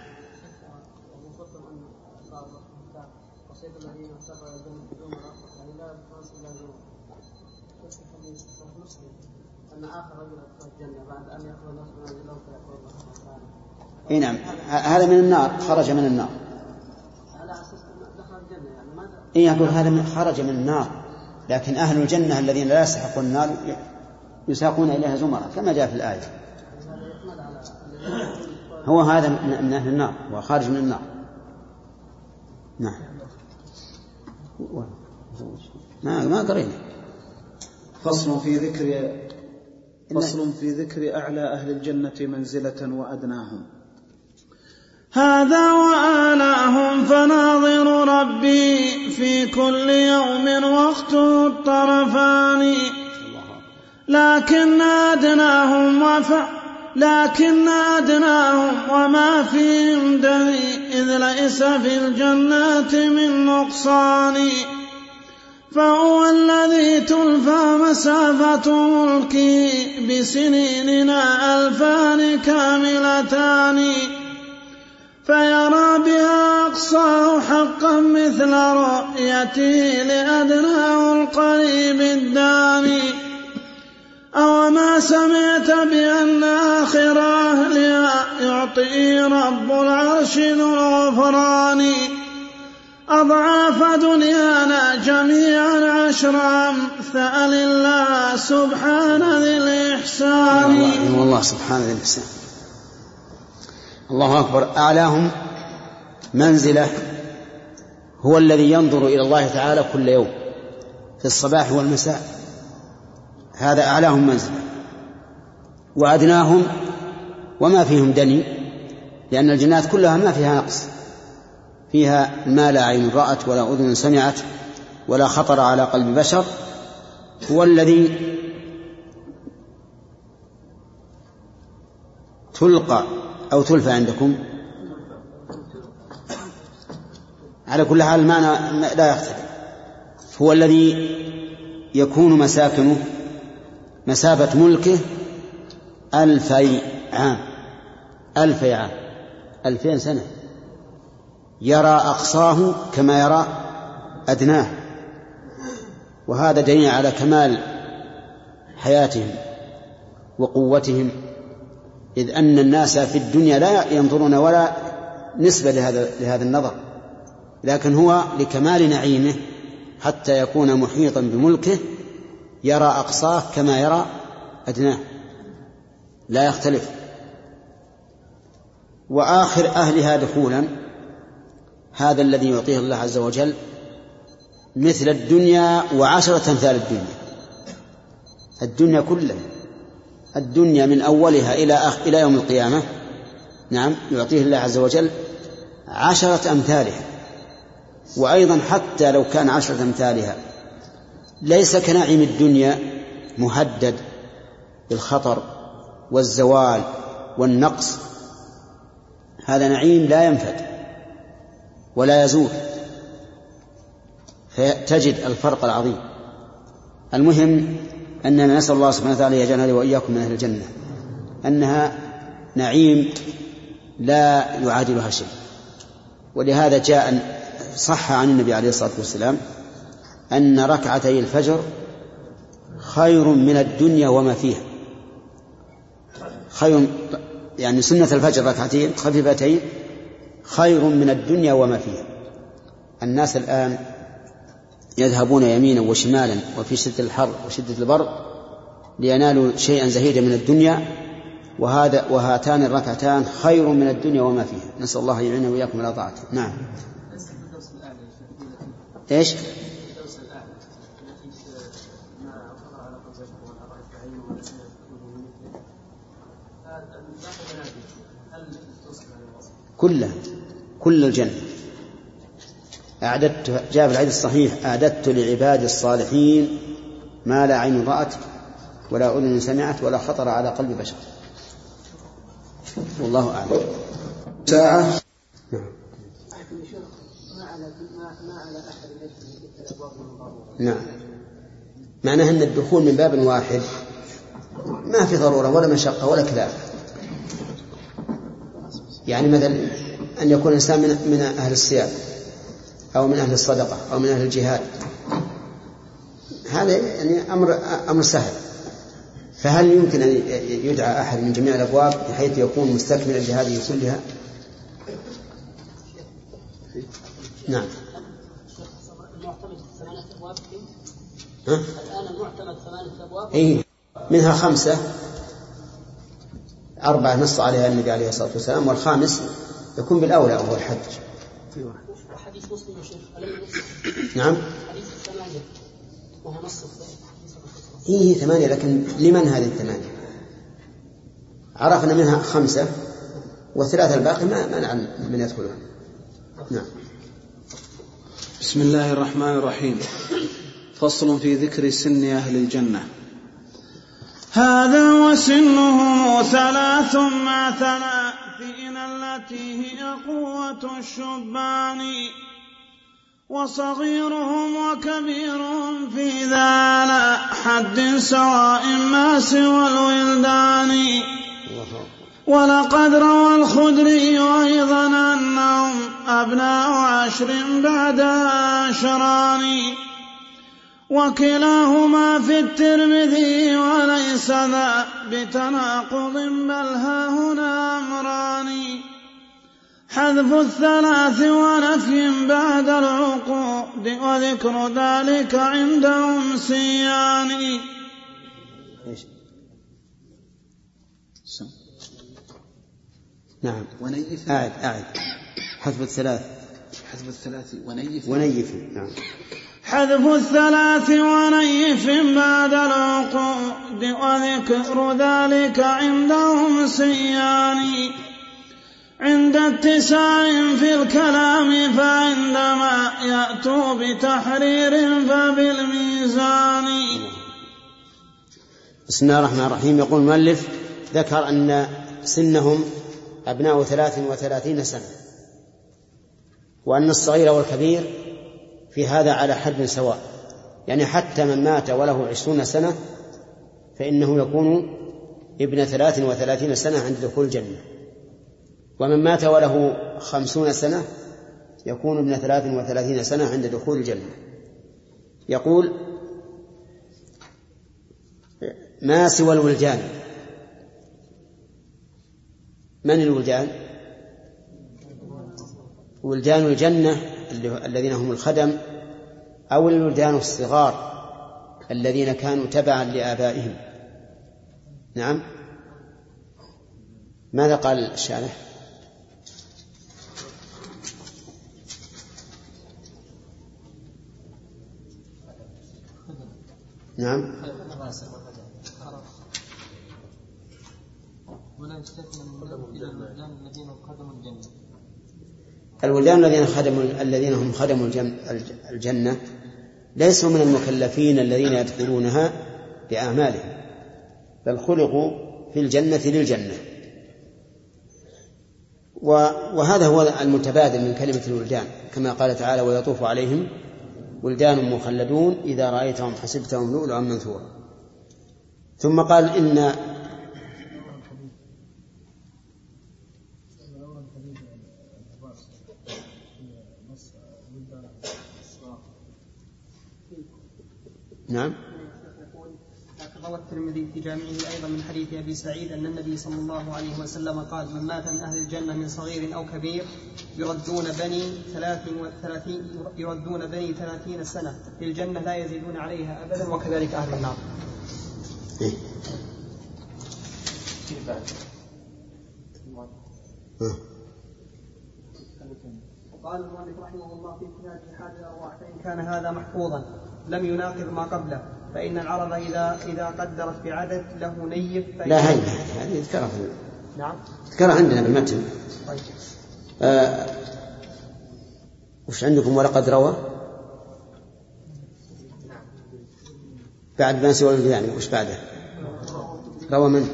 اي نعم، هذا من النار، خرج من النار. اي يقول هذا من خرج من النار، لكن أهل الجنة الذين لا يستحقون النار يساقون إليها زمرا كما جاء في الآية. هو هذا من أهل النار وخارج من النار. نعم. ما ما قرينا فصل في ذكر فصل في ذكر أعلى أهل الجنة منزلة وأدناهم. هذا وآلاهم فناظر ربي في كل يوم وقته الطرفان، لكن أدناهم وف... لكن أدناهم وما فيهم دني، إذ ليس في الجنات من نقصان. فهو الذي تلفى مسافة ملكه بسنيننا ألفان كاملتان، فيرى بها أقصاه حقا مثل رؤيته لأدناه القريب الداني. أو ما سمعت بأن آخر أهلها يعطي رب العرش ذو الغفران أضعاف دنيانا جميعا عشر أمثال الله سبحان ذي الإحسان. والله سبحان ذي الإحسان. الله أكبر. أعلاهم منزلة هو الذي ينظر إلى الله تعالى كل يوم في الصباح والمساء، هذا أعلاهم منزلة. وأدناهم وما فيهم دني، لأن الجنات كلها ما فيها نقص، فيها ما لا عين رأت ولا أذن سمعت ولا خطر على قلب بشر. هو الذي تلقى أو تلفى عندكم، على كل حال المعنى لا يختلف. هو الذي يكون مساكنه مسافة ملكه ألفي عام، ألفي عام، ألفين سنة، يرى أقصاه كما يرى أدناه. وهذا دليل على كمال حياتهم وقوتهم، إذ أن الناس في الدنيا لا ينظرون ولا نسبة لهذا, لهذا النظر، لكن هو لكمال نعيمه حتى يكون محيطا بملكه يرى أقصاه كما يرى أدناه، لا يختلف. وآخر أهلها دخولا هذا الذي يعطيه الله عز وجل مثل الدنيا وعشرة أمثال الدنيا. الدنيا كلها، الدنيا من أولها إلى أخ... إلى يوم القيامة، نعم، يعطيه الله عز وجل عشرة أمثالها. وأيضا حتى لو كان عشرة أمثالها ليس كنعيم الدنيا مهدد بالخطر والزوال والنقص، هذا نعيم لا ينفد ولا يزول، فتجد الفرق العظيم. المهم أننا نسأل الله سبحانه وتعالى يجعلنا وإياكم من أهل الجنة، أنها نعيم لا يعادلها شيء. ولهذا جاء صح عن النبي عليه الصلاة والسلام أن ركعتي الفجر خير من الدنيا وما فيها. خير يعني سنة الفجر ركعتين خفيفتين خير من الدنيا وما فيها. الناس الآن يذهبون يمينا وشمالا وفي شدة الحر وشدة البرد لينالوا شيئا زهيدا من الدنيا، وهذا وهاتان الركعتان خير من الدنيا وما فيها. نسأل الله يعيننا وإياكم على طاعته. نعم. إيش؟ كلها، كل الجنة أعددت، جاء في الحديث الصحيح: أعددت لعباد الصالحين ما لا عين رأت ولا أذن سمعت ولا خطر على قلب بشر. والله أعلم. ساعة. نعم، معناه أن الدخول من باب واحد ما في ضرورة ولا مشقة ولا كلاف. يعني مثلا أن يكون الإنسان من أهل الصيام أو من أهل الصدقة أو من أهل الجهاد، هذا يعني أمر أمر سهل. فهل يمكن أن يدعى أحد من جميع الأبواب بحيث يكون مستكمل الجهاد كلها؟ نعم. ها؟ الآن المعتمد ثمانية أبواب. إيه، منها خمسة، أربعة نص عليها النبي عليه الصلاة والسلام، والخامس يكون بالأولى وهو الحج. حديث مسلم يا شيخ. نعم. حديث الثمانية وهو نص هي ثمانية، لكن لمن هذه الثمانية؟ عرفنا منها خمسة والثلاثة الباقي ما ما نعلم من يدخلها. نعم. بسم الله الرحمن الرحيم. فصل في ذكر سن أهل الجنة. هذا وسنه ثلاث مع ثلاثين التي هي قوة الشبان، وصغيرهم وكبيرهم في ذا لا حد سواء ما سوى الولدان. ولقد روى الخدري أيضا أنهم أبناء عشر بعد عشران، وكلاهما في الترمذي وليس ذا بتناقض بل ها هنا أمران. حذف الثلاث ونفي بعد العقود وذكر ذلك عندهم سيان. نعم. ونيف. أعد أعد حذف الثلاث. حذف الثلاث ونيف. ونيف. نعم. حذف الثلاث ونيف بعد العقود وذكر ذلك عندهم سيان. عند اتساع في الكلام فعندما يأتوا بتحرير فبالميزان. بسم الله الرحمن الرحيم. يقول المؤلف ذكر أن سنهم أبناء ثلاث وثلاثين سنة، وأن الصغير والكبير في هذا على حد سواء، يعني حتى من مات وله عشرون سنة فإنه يكون ابن ثلاث وثلاثين سنة عند دخول الجنة، ومن مات وله خمسون سنة يكون ابن ثلاث وثلاثين سنة عند دخول الجنة. يقول ما سوى الولدان. من الولدان؟ ولدان الجنة الذين هم الخدم، أو الولدان الصغار الذين كانوا تبعا لآبائهم. نعم. ماذا قال الشارح؟ نعم. الولدان الذين خدموا الذين هم خدموا الجنة ليسوا من المكلفين الذين يدخلونها بأعمالهم، بل خلقوا في الجنة للجنة. وهذا هو المتبادل من كلمة الولدان، كما قال تعالى ويطوف عليهم ولدان مخلدون إذا رأيتهم حسبتهم لؤلؤا منثورا. ثم قال إن نعم. روى الترمذي في جامعه أيضا من حديث أبي سعيد أن النبي صلى الله عليه وسلم قال من مات من أهل الجنة من صغير أو كبير يردون بني ثلاث وثلاثين يردون بني ثلاثين سنة في الجنة لا يزيدون عليها أبدا، وكذلك أهل النار. قال المؤلف رحمه الله في كتابه حاد الأرواح فإن كان هذا محفوظا لم يناقض ما قبله، فإن العرب إذا إذا قدرت بعدد له نيف لا هي هذه ذكرها. نعم ذكرها عندنا بالمتن. طيب. آه وش عندكم ولقد روى بعد ما سوى الولدان وش بعده؟ روى من؟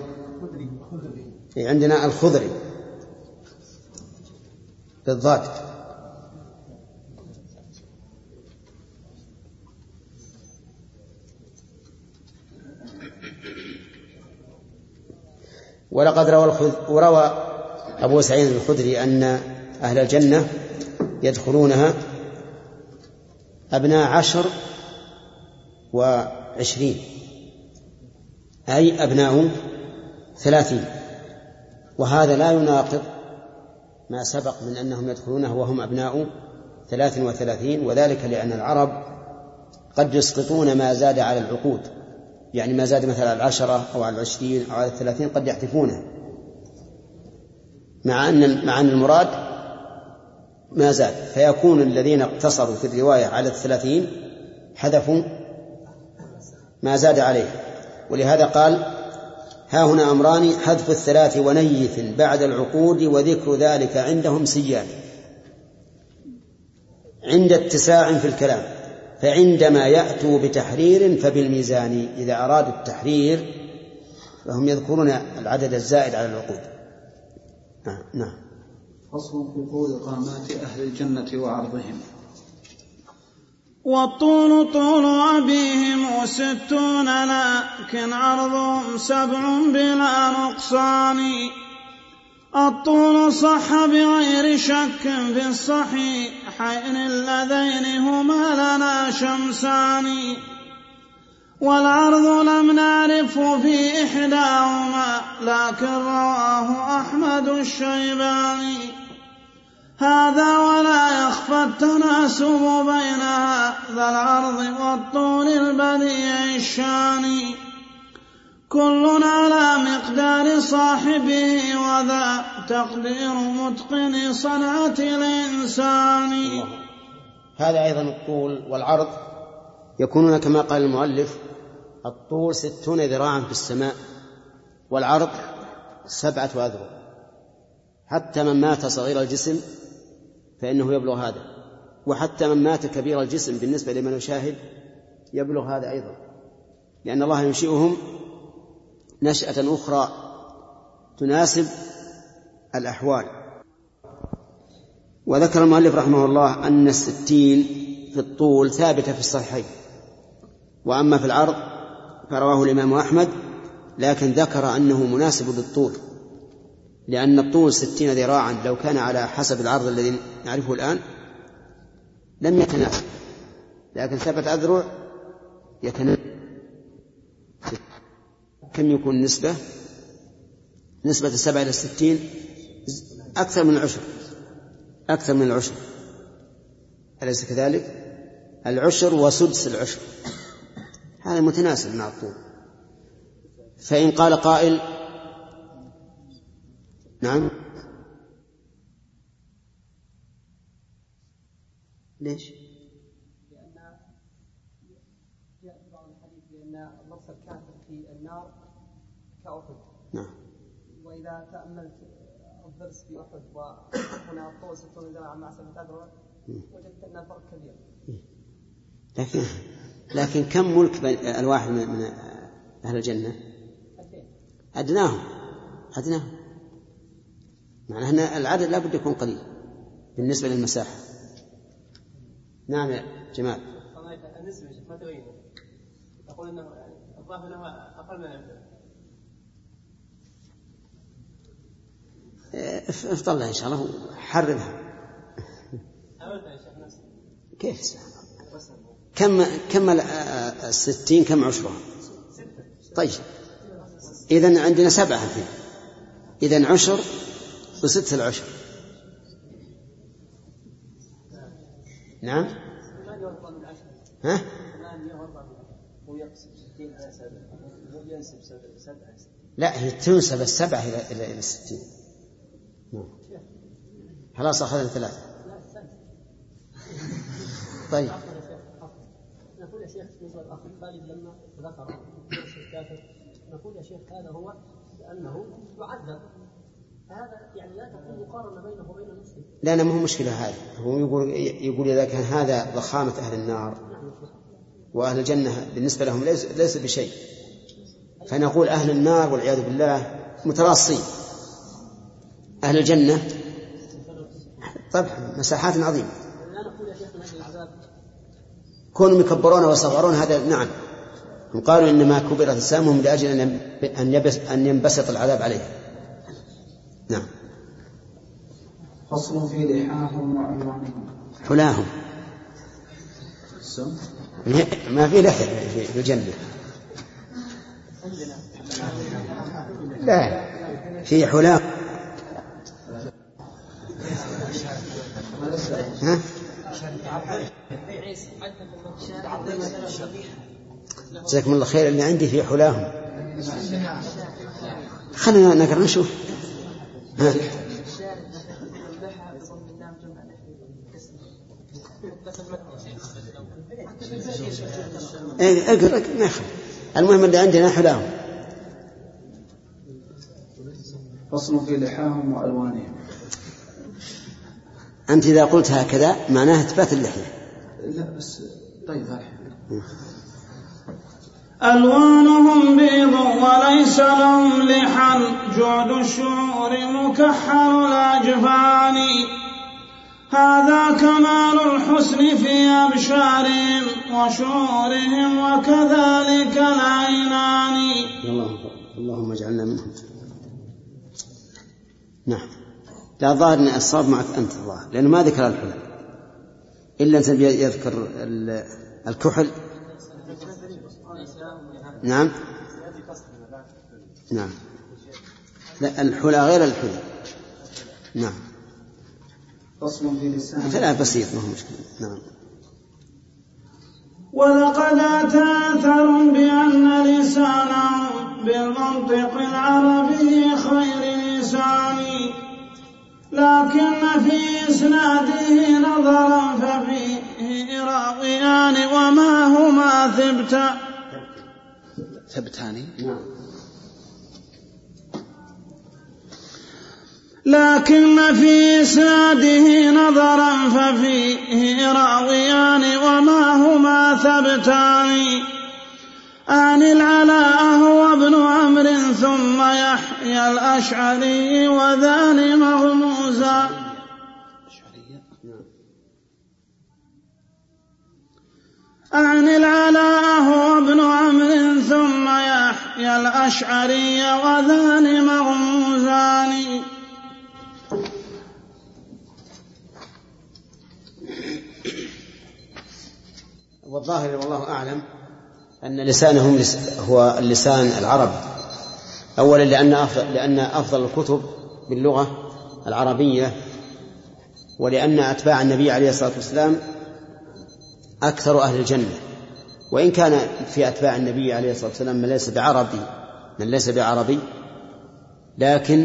عندنا الخضري بالضاد. ولقد روى, وروى أبو سعيد الخدري أن أهل الجنة يدخلونها أبناء عشر وعشرين، أي أبناء ثلاثين، وهذا لا يناقض ما سبق من أنهم يدخلونه وهم أبناء ثلاث وثلاثين، وذلك لأن العرب قد يسقطون ما زاد على العقود، يعني ما زاد مثلا على العشرة أو على العشرين أو على الثلاثين قد يحذفونه، مع أن مع أن المراد ما زاد، فيكون الذين اقتصروا في الرواية على الثلاثين حذفوا ما زاد عليه. ولهذا قال ها هنا أمران: حذف الثلاث ونيث بعد العقود وذكر ذلك عندهم سيان، عند اتساع في الكلام، فعندما يأتوا بتحرير فبالميزان. إذا أرادوا التحرير فهم يذكرون العدد الزائد على العقود. آه. نعم. فصل في طول قامات أهل الجنة وعرضهم. والطول طول أبيهم ستون لكن عرضهم سبع بلا نقصان. الطول صح بغير شك في الصحيحين اللذين هما لنا شمسان. والعرض لم نعرفه في إحداهما لكن رواه أحمد الشيباني. هذا ولا يخفى التناسب بين هذا العرض والطول البديع الشاني. كل على مقدار صاحبه وذا تقدير متقن صنعة الإنسان. هذا أيضا الطول والعرض يكونون كما قال المؤلف: الطول ستون ذراعا في السماء والعرض سبعة أذرع. حتى من مات صغير الجسم فإنه يبلغ هذا، وحتى من مات كبير الجسم بالنسبة لمن يشاهد يبلغ هذا أيضا، لأن الله ينشئهم نشأة أخرى تناسب الأحوال. وذكر المؤلف رحمه الله أن الستين في الطول ثابتة في الصحيحين، وأما في العرض فرواه الإمام أحمد، لكن ذكر أنه مناسب للطول، لأن الطول ستين ذراعا لو كان على حسب العرض الذي نعرفه الآن لم يتناسب، لكن ثبت أذرع يتناسب. كم يكون نسبة نسبة السبع إلى الستين؟ أكثر من العشر، أكثر من العشر، أليس كذلك؟ العشر وسدس العشر، هذا متناسب مع الطول. فإن قال قائل: نعم، ليش؟ لأن جاء في بعض الحديث بأن نص الكافر في النار كأحد. نعم. وإذا تأملت الضرس في أحد وهنا الطول ستون ذراعا مع سبعة أذرع وجدت أن الفرق كبير. لكن لكن كم ملك الواحد من أهل الجنة؟ أدناهم أدناهم معناه أن العدد لا بد يكون قليل بالنسبة للمساحة. نعم يا جمال. النسبة ما تغير، تقول أنه الظاهر أنه أقل من العدد. افضل إن شاء الله حررها. كيف كم كم الستين كم عشرها؟ طيب إذن عندنا سبعة فيه، إذن عشر وست العشر. نعم. ها؟ لا، هي تنسب السبعة إلى إلى إلى الستين. خلاص أخذنا ثلاثة. طيب. نقول يا شيخ بالنسبة للأخ الطالب لما ذكر نقول يا شيخ هذا هو لأنه يعذب، هذا يعني لا تكون مقارنة بينه وبين المسلم. لا أنا ما هو مشكلة هذا، هو يقول يقول إذا كان هذا ضخامة أهل النار وأهل الجنة بالنسبة لهم ليس ليس بشيء، فنقول أهل النار والعياذ بالله متراصين، أهل الجنة طبعا مساحات عظيمة. كونوا يكبرون ويصغرون هذا نعم، وقالوا إنما كبرت أجسامهم لأجل أن ينبسط العذاب عليه. نعم. فصل في لحاهم وألوانهم. حلاهم ما في لحية في الجنة، لا في حلاهم. ها؟ جزاكم الله خير. اللي عندي في حلاهم، خلينا نقرأ نشوف. ها؟ اقرأ ما يخالف. المهم اللي عندنا حلاهم. فصل في لحاهم وألوانهم. أنت إذا قلت هكذا معناه إثبات اللحية. لا بس طيب هالحين. ألوانهم بيض وليس لهم لحن جعد الشعور مكحل الأجفان هذا كمال الحسن في أبشارهم وشعورهم وكذلك العينان. اللهم اجعلنا منهم. نعم. لا ظاهر أن الصواب معك أنت الظاهر لأنه ما ذكر الحلى إلا أنت يذكر الكحل. نعم نعم لا الحلى غير الحلى. نعم. فصل في لسان فلا بسيط ما هو مشكلة. نعم. ولقد أتى أثر بأن لسانه بالمنطق العربي خير لسان لكن في إسناده نظرا ففيه راويان وما هما ثبتا ثبتان. لكن في إسناده نظرا ففيه راويان وما هما ثبتان عن العلاء هو ابن عمرو ثم يحيى الأشعري وذان مغموزا. عن العلاء هو ابن عمرو ثم يحيى الأشعري وذان مغموزان. والظاهر والله أعلم أن لسانهم هو اللسان العربي أولا لأن أفضل, لأن أفضل الكتب باللغة العربية ولأن أتباع النبي عليه الصلاة والسلام أكثر أهل الجنة وإن كان في أتباع النبي عليه الصلاة والسلام من ليس بعربي من ليس بعربي لكن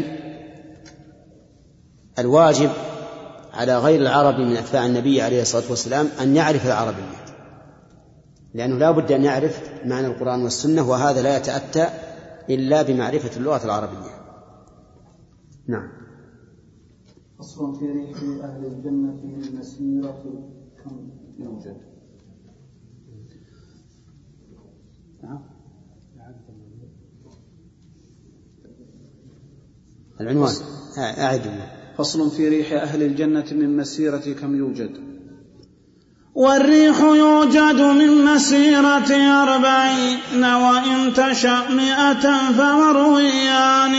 الواجب على غير العربي من أتباع النبي عليه الصلاة والسلام أن يعرف العربية لأنه لا بد أن يعرف معنى القرآن والسنة وهذا لا يتأتى إلا بمعرفة اللغة العربية. نعم. فصل في ريح أهل الجنة من مسيرة كم يوجد. نعم. العنوان أعد. فصل في ريح أهل الجنة من مسيرة كم يوجد. والريح يوجد من مسيرة أربعين وإن تشأ مئة فمرويان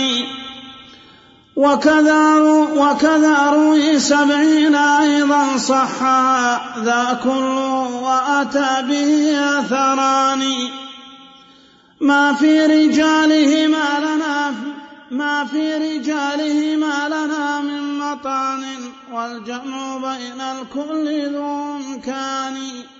وكذا, وكذا روي سبعين أيضا صحها ذا كله وأتى به أثران ما في رجاله ما لنا ما في رجاله ما لنا من مطعن والجمع بين الكل ذو إمكان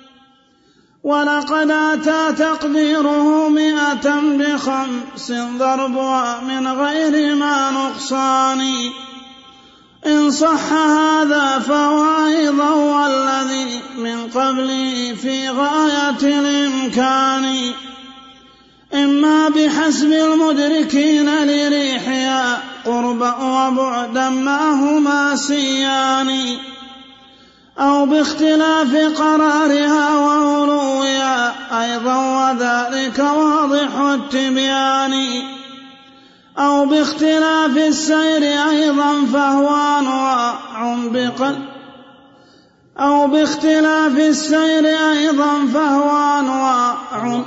ولقد أتى تقديره مئة بخمس ضربها من غير ما نقصان إن صح هذا فهو أيضا والذي من قبله في غاية الإمكان إما بحسب المدركين لريحها قربا وبعدا ما هما سيان أو باختلاف قرارها وعلوها أيضا وذلك واضح التبيان أو باختلاف السير أيضا فهو أنواع بقدر أو باختلاف السير أيضا فهو أنواع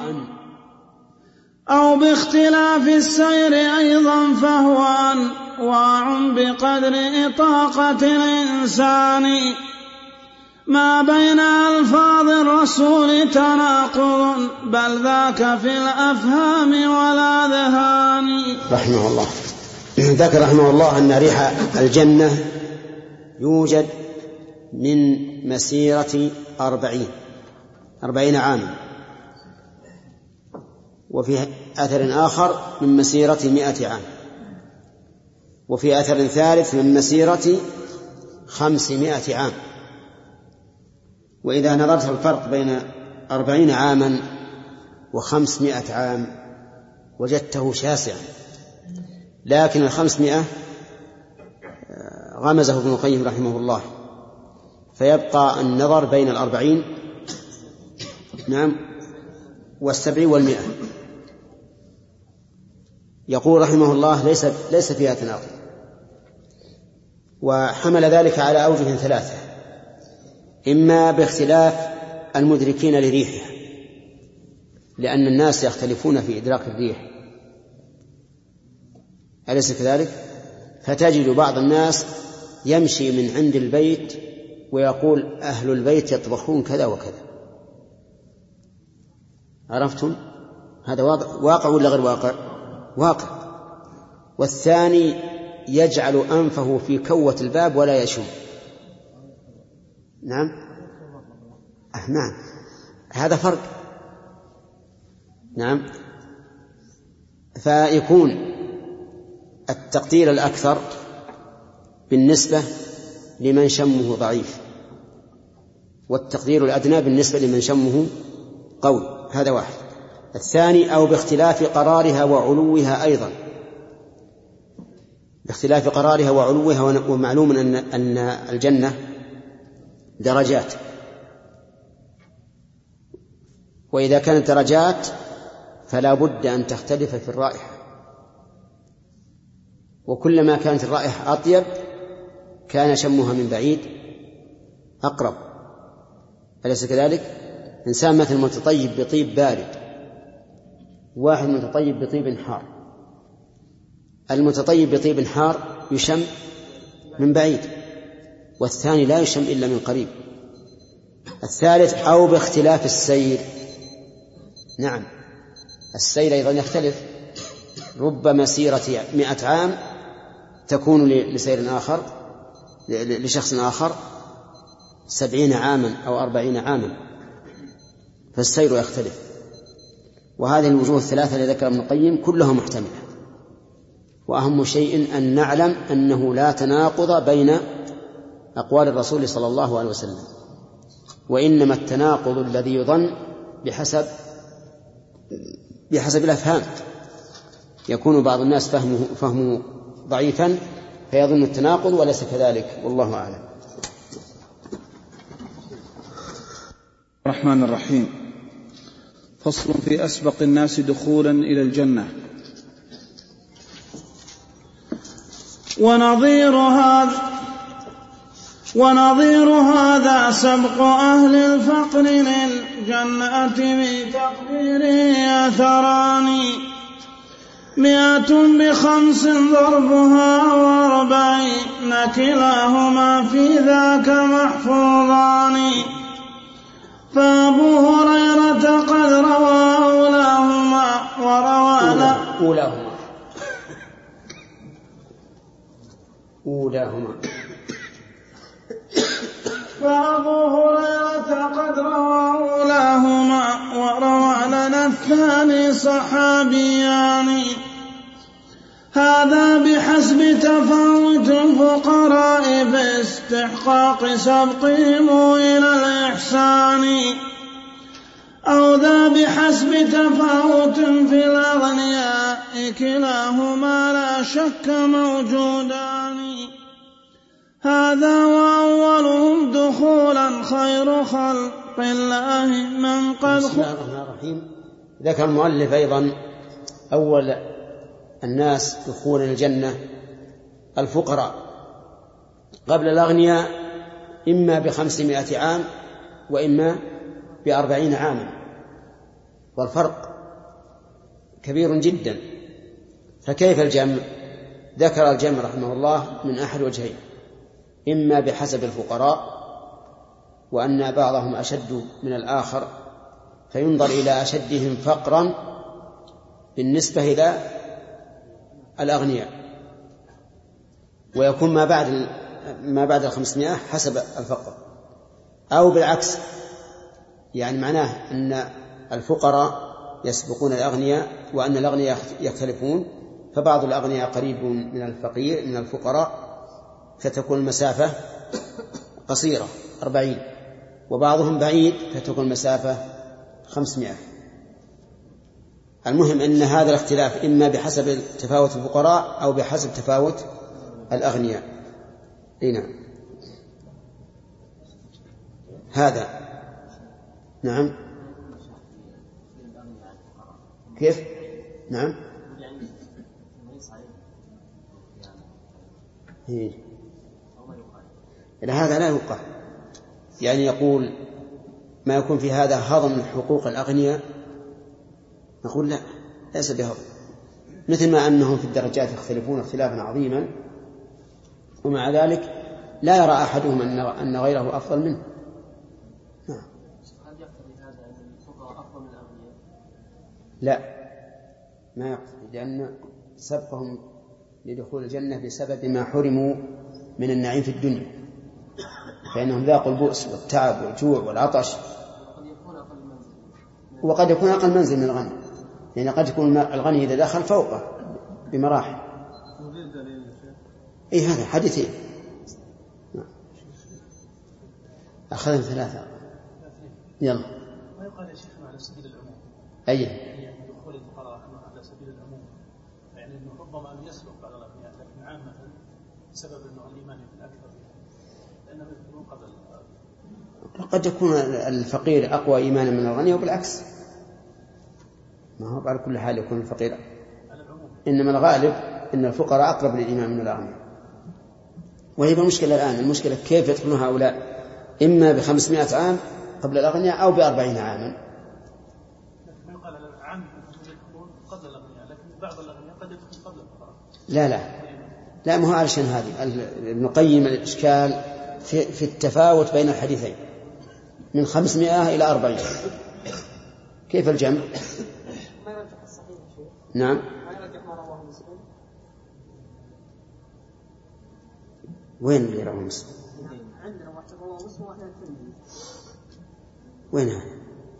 أو باختلاف السير أيضا فهو أنواع بقدر إطاقة الإنسان ما بين ألفاظ الرسول تناقض بل ذاك في الأفهام والأذهان. رحمه الله ذكر رحمه الله أن ريح الجنة يوجد من مسيرة أربعين أربعين عاما وفي أثر آخر من مسيرة مئة عام وفي أثر ثالث من مسيرة خمسمائة عام. وإذا نظرت الفرق بين أربعين عاما وخمسمائة عام وجدته شاسعا، لكن الخمسمائة غمزه ابن القيم رحمه الله، فيبقى النظر بين الأربعين نعم والسبعين والمئة. يقول رحمه الله ليس, ليس فيها تناقض، وحمل ذلك على أوجه ثلاثة: إما باختلاف المدركين لريحها، لأن الناس يختلفون في إدراك الريح، أليس كذلك؟ فتجد بعض الناس يمشي من عند البيت ويقول أهل البيت يطبخون كذا وكذا. عرفتم؟ هذا واقع ولا غير واقع؟ واقع. والثاني يجعل أنفه في كوة الباب ولا يشم. نعم أه نعم هذا فرق. نعم. فيكون التقدير الأكثر بالنسبة لمن شمه ضعيف، والتقدير الأدنى بالنسبة لمن شمه قوي. هذا واحد. الثاني أو باختلاف قرارها وعلوها أيضا، باختلاف قرارها وعلوها. ومعلوم أن أن الجنة درجات، وإذا كانت درجات فلا بد أن تختلف في الرائحة، وكلما كانت الرائحة أطيب كان شمها من بعيد أقرب، أليس كذلك؟ إنسان مثل متطيب بطيب بارد، واحد متطيب بطيب حار، المتطيب بطيب حار يشم من بعيد، والثاني لا يشم إلا من قريب. الثالث أو باختلاف السير. نعم السير أيضا يختلف، رب مسيرة مئة عام تكون لسير آخر لشخص آخر سبعين عاما أو أربعين عاما، فالسير يختلف. وهذه الوجوه الثلاثة التي ذكر ابن القيم كلها محتملة، وأهم شيء أن نعلم أنه لا تناقض بين أقوال الرسول صلى الله عليه وسلم، وإنما التناقض الذي يظن بحسب بحسب الأفهام. يكون بعض الناس فهمه, فهمه ضعيفا فيظن التناقض وليس كذلك، والله أعلم. الرحمن الرحيم. فصل في أسبق الناس دخولا إلى الجنة. ونظير هذا ونظير هذا سبق أهل الفقر للجنة بتقديره أثران: مئة بخمس ضربها وأربعين كلاهما في ذاك محفوظان. فأبو هريرة قد روى أولاهما وروى أولاهما أولاهما فأبو هريرة قد روى أولاهما وروى لنا الثاني صحابيان. هذا بحسب تفاوت الفقراء باستحقاق سبقهم إلى الإحسان، أو ذا بحسب تفاوت في الأغنياء، كلاهما لا شك موجودان. هذا وأولهم دخولا خير خلق الله من قد. بسم الله الرحمن الرحيم. ذكر المؤلف أيضا أول الناس دخولا الجنة الفقراء قبل الأغنياء، إما بخمسمائة عام وإما بأربعين عاما، والفرق كبير جدا. فكيف الجمع؟ ذكر الجمع رحمه الله من أحد وجهين: إما بحسب الفقراء وأن بعضهم أشد من الآخر فينظر إلى أشدهم فقرا بالنسبة إلى الأغنياء، ويكون ما بعد ما بعد الخمسمائة حسب الفقر، أو بالعكس، يعني معناه أن الفقراء يسبقون الأغنياء وأن الأغنياء يختلفون، فبعض الأغنياء قريب من الفقير من الفقراء فتكون المسافة قصيرة أربعين، وبعضهم بعيد فتكون المسافة خمسمائة. المهم أن هذا الاختلاف إما بحسب تفاوت الفقراء أو بحسب تفاوت الأغنياء. نعم هذا نعم كيف نعم إيه. هذا لا يوقع، يعني يقول ما يكون في هذا هضم حقوق الأغنياء، نقول لا ليس بهضم، مثل ما أنهم في الدرجات يختلفون اختلافا عظيما ومع ذلك لا يرى أحدهم أن غيره أفضل منه. نعم. هل يقتضي هذا أن الفقراء أفضل من الأغنياء؟ لا ما يقتضي، لأن سبقهم لدخول الجنة بسبب ما حرموا من النعيم في الدنيا، فإنهم ذاقوا البؤس والتعب والجوع والعطش، وقد يكون أقل منزل من الغني، يعني قد يكون الغني إذا دخل فوقه بمراحل. إيه هذا حديثين أخذهم ثلاثة. يلا ما يقال يا شيخنا على سبيل العموم؟ أي يعني دخول الفقراء على سبيل العموم، يعني أنه ربما أن يسلك بعض الأغنياء، لكن عامة سبب أنه الإيمان يكون أكثر لأنه يكون قبل. قد يكون الفقير أقوى إيمانا من الغني وبالعكس، ما هو على كل حال يكون الفقير، إنما الغالب أن الفقراء أقرب للإيمان من الأغنياء. وهي المشكلة الآن، المشكلة كيف يدخلون هؤلاء إما بخمسمائة عام قبل الأغنياء أو بأربعين عاما. ما يقال العام يدخلون قبل الأغنياء، لكن بعض الأغنياء قد يدخلون قبل الفقراء. لا لا لا مو علشان هذه. ابن القيم الإشكال في, في التفاوت بين الحديثين من خمسمائة إلى أربعين، كيف الجمع؟ ما يرجح الصحيح شيء. نعم ما يرجح ما رواه مسلم. وين اللي رواه مسلم؟ عندنا واحد رواه مسلم واحد الترمذي. وين هذا؟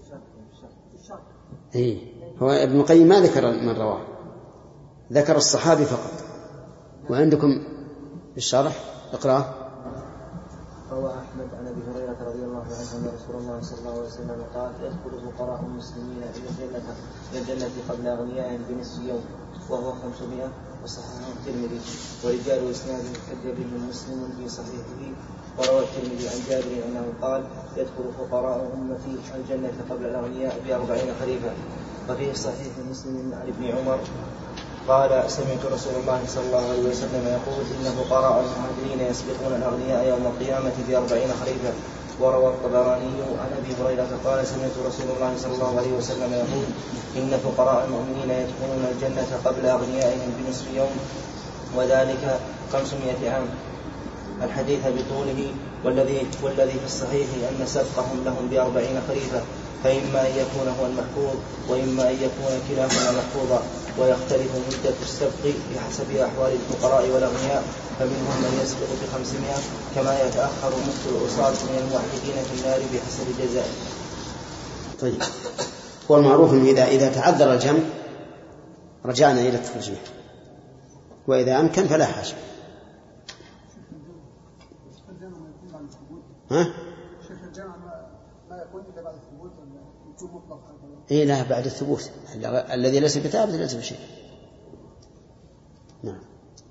إيه هو ابن القيم ما ذكر من رواه، ذكر الصحابي فقط. وعندكم الشرح اقرأ. روى أحمد عن أبي هريرة رضي الله عنه أن رسول الله صلى الله عليه وسلم قال: يدخل فقراء المسلمين إلى الجنة إلى الجنة قبل أغنياء بنصف يوم، وهو خمسمائة، وصححه الترمذي، ورجال إسناده احتج به مسلم في صحيحه. وروى الترمذي عن جابر أنه قال: يدخل فقراء أمتي الجنة قبل الأغنياء بأربعين خريفا. وفيه صحيح مسلم عن ابن عمر قال: سمعت رسول الله صلى الله عليه وسلم يقول: إن فقراء المهاجرين يسبقون الأغنياء يوم القيامة بأربعين خريفا. وروى الطبراني عن أبي هريرة قال: سمعت رسول الله صلى الله عليه وسلم يقول: إن فقراء المؤمنين يدخلون الجنة قبل أغنيائهم بنصف يوم، وذلك خمسمائة عام. الحديث بطوله، والذي والذي في الصحيح أن سبقهم لهم بأربعين خريفا، فإما أن يكون هو المحفوظ وإما أن يكون كلاهما محفوظا. ويختلف مدة السبق بحسب أحوال الفقراء والأغنياء، فمنهم من يسبق بخمسمائة، كما يتأخر مدة العصاة من الموحدين في النار بحسب جزائه. طيب، هو المعروف أنه إذا إذا تعذر الجمع رجعنا إلى الترجيح، وإذا أمكن فلا حاجة. ها؟ شيخ الجامع ما يكون إلا بعد الثبوت ولا يكون مطلق؟ إيه لا، بعد الثبوت. الذي ليس بثابت ليس بشيء. نعم.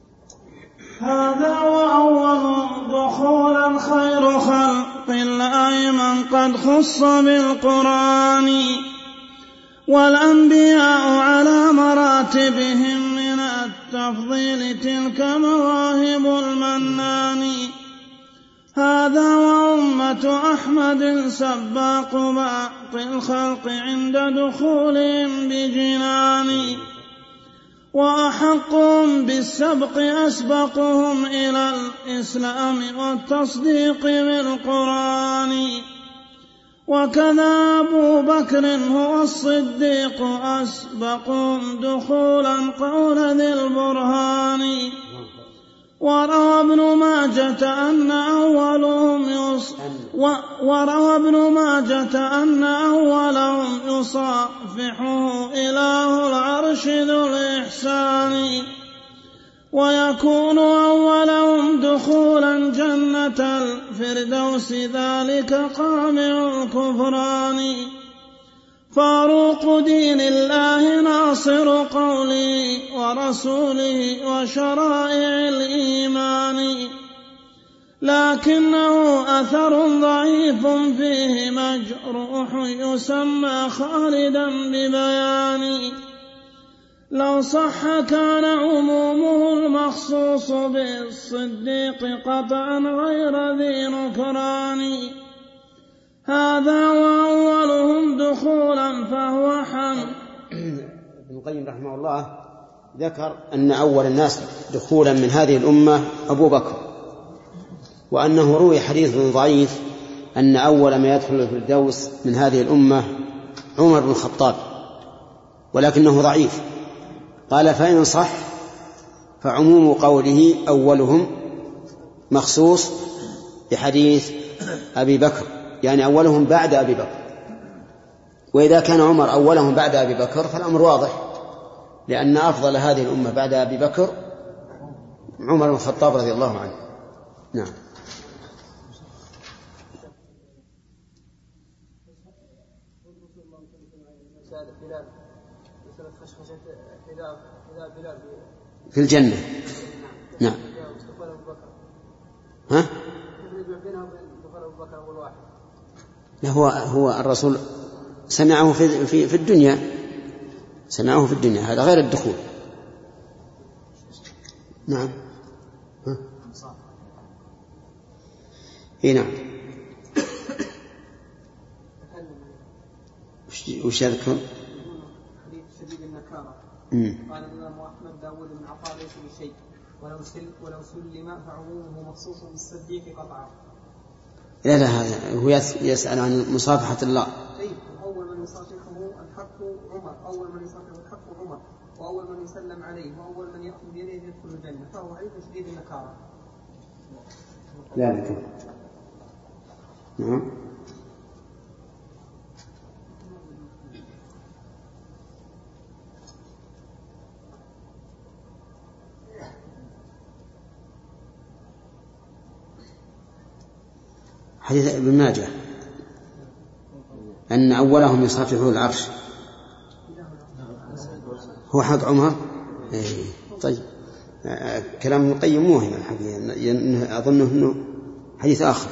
هذا وأول دخولا خير خلق الله من قد خص بالقرآن، والأنبياء على مراتبهم من التفضيل تلك مواهب المنان. هذا وأمة أحمد سباق باقي الخلق عند دخولهم بجنان، وأحقهم بالسبق أسبقهم إلى الإسلام والتصديق بالقرآن. وكذا أبو بكر هو الصديق أسبقهم دخولا قول ذي البرهان. وروى ابن ماجة أن أولهم يص... و... وروى ابن ماجة أن أولهم يصافحه إله العرش ذو الإحسان، ويكون أولهم دخولا جنة الفردوس ذلك قامع الكفران. فاروق دين الله ناصر قوله ورسوله وشرائع الإيمان، لكنه أثر ضعيف فيه مجروح يسمى خالدا ببيان. لو صح كان عمومه المخصوص بالصديق قطعا غير ذي نكران. هذا وأولهم دخولا فهو حمل. ابن القيم رحمه الله ذكر أن أول الناس دخولا من هذه الأمة أبو بكر، وأنه روي حديث ضعيف أن أول ما يدخل الفردوس من هذه الأمة عمر بن الخطاب، ولكنه ضعيف. قال فإن صح فعموم قوله أولهم مخصوص بحديث أبي بكر، يعني أولهم بعد أبي بكر. وإذا كان عمر أولهم بعد أبي بكر فالأمر واضح، لأن أفضل هذه الأمة بعد أبي بكر عمر بن الخطاب رضي الله عنه. نعم. في الجنة. نعم. ها؟ لا، هو هو الرسول سمعه في في في الدنيا، سمعه في الدنيا، هذا غير الدخول. نعم. ها؟ إيه نعم. وش يذكر؟ حديث شديد النكارة. قال الإمام أحمد داود بن عطاء ليس بشيء، ولو سلم ولو سلم فعمومه مخصوص بالصديق قطعا. لا لا، هذا هو يسأل عن مصافحة الله. طيب، أول من يصافحه الحق عمر، أول من يصافحه الحق عمر، وأول من يسلم عليه، وأول من يأخذ بيده يدخل الجنة، فهو حديث شديد النكارة. لا لا. نعم. حديث ابن ماجه أن أولهم يصافحون العرش هو حق عمر. إيه. طيب، كلام ابن القيم موهم الحقيقة، أظنه أنه حديث آخر.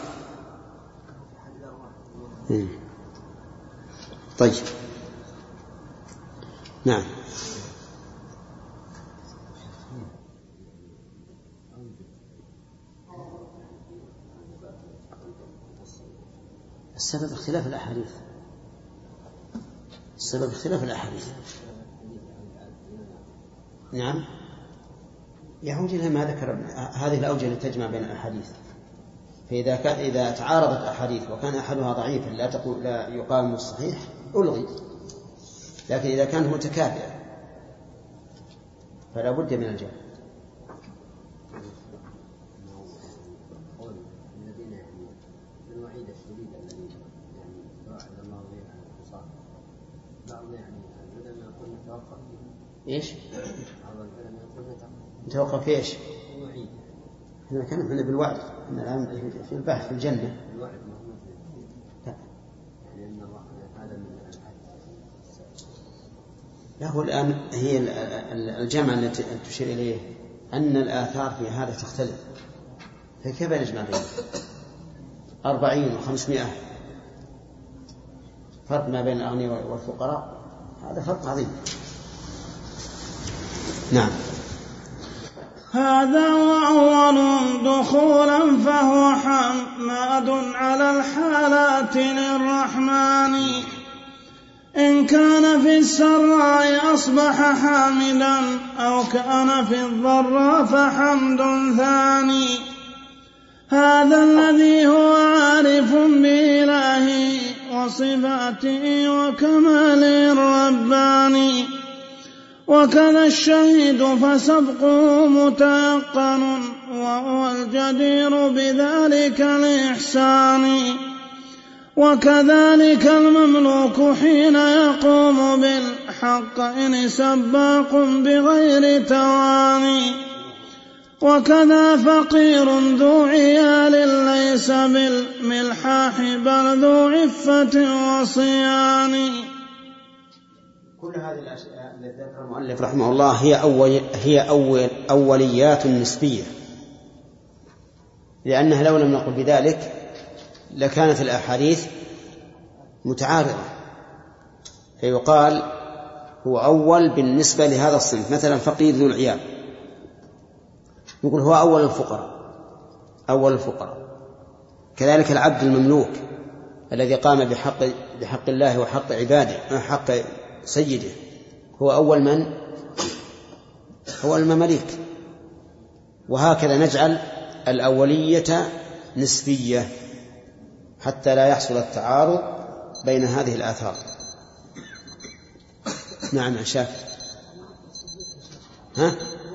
إيه. طيب. نعم. السبب اختلاف الأحاديث، السبب اختلاف الأحاديث. نعم، يعود إلى ما ذكر هذه الأوجه التي تجمع بين الأحاديث. فإذا كان إذا تعارضت أحاديث وكان أحدها ضعيفا لا تقول لا يقام الصحيح ألغي، لكن إذا كان متكافئا فلا بد من الجمع. إيش؟ نتوقف في إيش؟ إحنا كنا هنا بالوعد، إحنا الآن في البحث في الجنة. لا، هو الآن هي الجمع التي تشير إليه أن الآثار في هذا تختلف، فكيف نجمع بينهم؟ أربعين وخمسمائة فرق ما بين الأغنياء والفقراء، هذا فرق عظيم. نعم. هذا وأول دخولا فهو حماد على الحالات للرحمن. إن كان في السراء أصبح حامدا، أو كان في الضراء فحمد ثاني. هذا الذي هو عارف بإلهه وصفاته وكماله الرباني. وكذا الشهيد فسبقه متيقن، وهو الجدير بذلك الإحسان. وكذلك المملوك حين يقوم بالحق إن سباق بغير تواني. وكذا فقير ذو عيال ليس بالملحاح بل ذو عفة وصيان. كل هذه الأشياء التي ذكرها المؤلف رحمه الله هي أول هي أول أوليات نسبية، لأنها لو لم نقل بذلك لكانت الأحاديث متعارضة، فيقال هو أول بالنسبة لهذا الصنف. مثلا فقير ذو العيال يقول هو أول الفقراء أول الفقراء. كذلك العبد المملوك الذي قام بحق بحق الله وحق عباده حق سيده هو أول من هو المماليك. وهكذا نجعل الأولية نسبية حتى لا يحصل التعارض بين هذه الآثار. نعم عشاف ها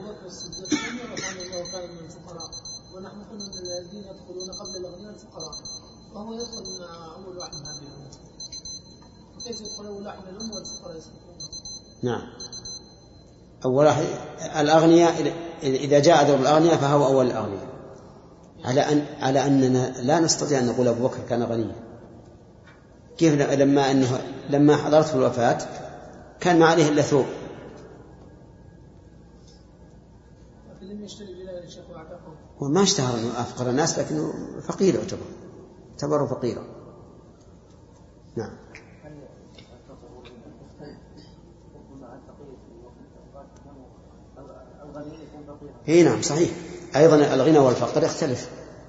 ونحن قلنا ان الذين يدخلون قبل الاغنياء الفقراء وهو يدخل مع اول واحد من هذه الامه، وكيف يدخل اول واحد من الامه والفقراء يسبقون؟ نعم اول واحد الاغنياء، اذا جاء دور الاغنياء فهو اول الاغنياء، على ان على اننا لا نستطيع ان نقول ابو بكر كان غنيا. كيف لما انه لما حضرته الوفاه كان ما عليه الا ثوب. وما اشتهر أنه أفقر الناس لكنه فقير يعتبر اعتبره فقيرا. نعم اي نعم صحيح. أيضا الغنى والفقر يختلف.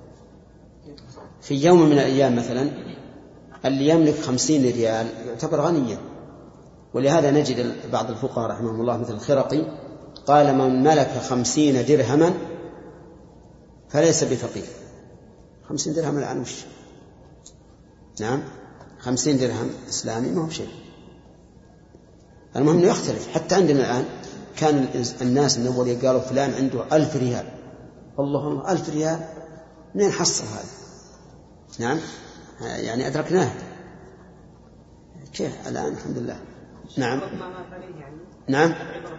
في يوم من الأيام مثلا اللي يملك خمسين ريال يعتبر غنيا، ولهذا نجد بعض الفقهاء رحمهم الله مثل الخرقي قال من ملك خمسين درهما فليس بفقير. خمسين درهم الآن وش؟ نعم خمسين درهم إسلامي ما هو شيء. المهم يختلف. حتى عندنا الآن كان الناس من أول قالوا فلان عنده ألف ريال، اللهم ألف ريال منين حصل هذا؟ نعم يعني أدركناه. كيف الآن الحمد لله. نعم نعم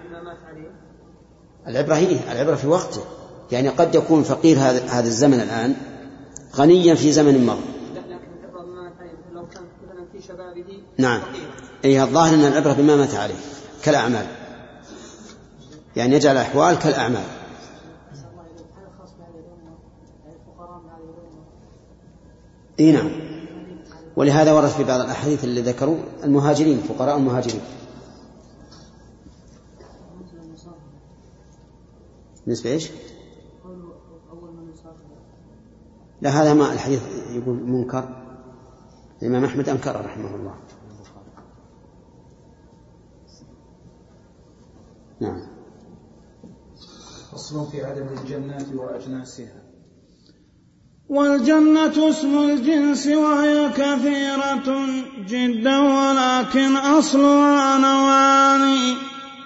العبرة هي العبرة في وقته. يعني قد يكون فقير هذا هذا الزمن الآن غنيا في زمن مضى. لو كان مثلا في شبابه نعم أي الظاهر أن العبرة بما مات عليه كالأعمال، يعني يجعل الأحوال كالأعمال. اي نعم. ولهذا ورد في بعض الأحاديث اللي ذكروا المهاجرين فقراء المهاجرين. بالنسبة إيش؟ لا هذا ما الحديث يقول منكر. الإمام أحمد أنكر رحمه الله. نعم. فصل في عدد الجنات وأجناسها. والجنة اسم الجنس وهي كثيرة جدا ولكن أصلها نوعان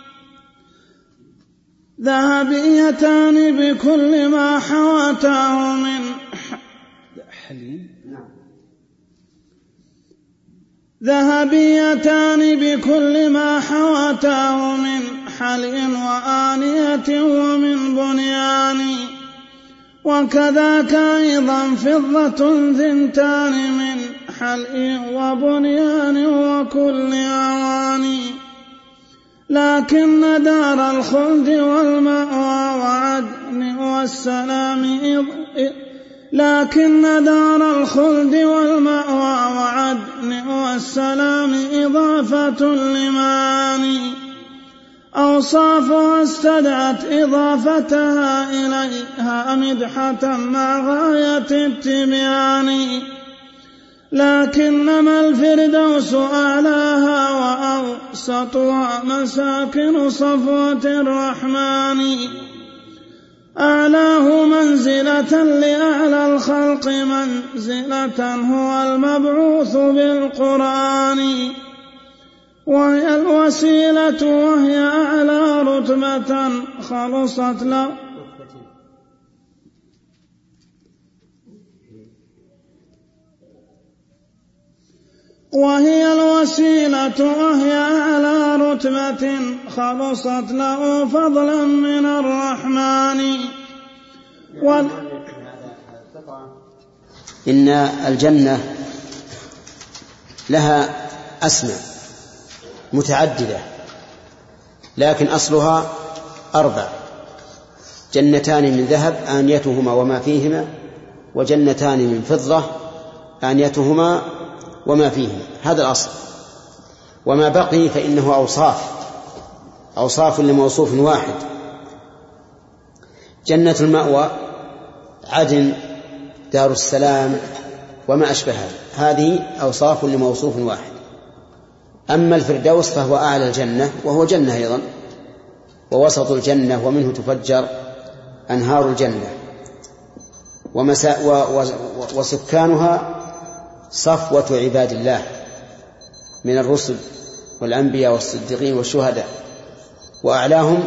ذهبيتان بكل ما حوته من ذهبيتان بكل ما حوته من حلي وآنية ومن بنيان، وكذاك أيضا فضة ثنتان من حلي وبنيان وكل أواني. لكن دار الخلد والمأوى وعدن والسلام لكن دار الخلد والمأوى وعدن والسلام إضافة لمعاني أوصافها استدعت إضافتها إليها مدحة مع غاية التبيان. لكنما الفردوس أعلاها وأوسطها مساكن صفوة الرحمن أعلاه منزلة لأعلى الخلق منزلة هو المبعوث بالقرآن، وهي الوسيلة وهي أعلى رتبة خلصت له وهي الوسيلة وهي أعلى رتبة خلصت له فضلا من الرحمن. و... إن الجنة لها أسماء متعددة لكن أصلها أربع: جنتان من ذهب آنيتهما وما فيهما، وجنتان من فضة آنيتهما وما فيهما. هذا الأصل. وما بقي فإنه أوصاف أوصاف لموصوف واحد. جنة المأوى عدن، دار السلام، وما أشبهها، هذه أوصاف لموصوف واحد. أما الفردوس فهو أعلى الجنة وهو جنة أيضا، ووسط الجنة ومنه تفجر أنهار الجنة، ومسا و و وسكانها صفوة عباد الله من الرسل والأنبياء والصديقين والشهداء، وأعلاهم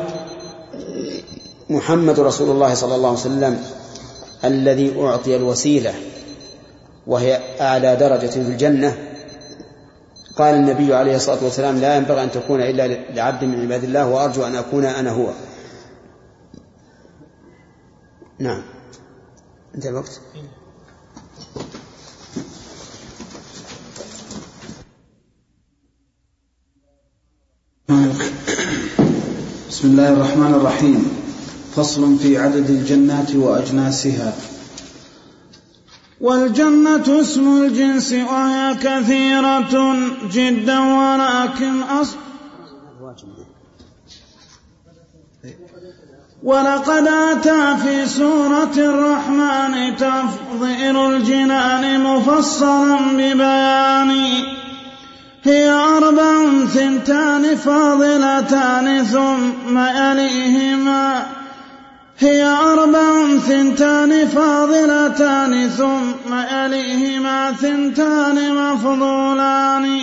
محمد رسول الله صلى الله عليه وسلم الذي أعطي الوسيلة وهي أعلى درجة في الجنة. قال النبي عليه الصلاة والسلام: لا ينبغي أن تكون إلا لعبد من عباد الله، وأرجو أن أكون أنا هو. نعم، انت الوقت. بسم الله الرحمن الرحيم. فصل في عدد الجنات وأجناسها. والجنة اسم الجنس وهي كثيرة جدا، ولكن أصل ولقد أتى في سورة الرحمن تفضيل الجنان مفصلا ببيان. هي أربع ثنتان فاضلتان ثم يليهما هي أربع ثنتان فاضلتان ثم يليهما ثنتان مفضولان.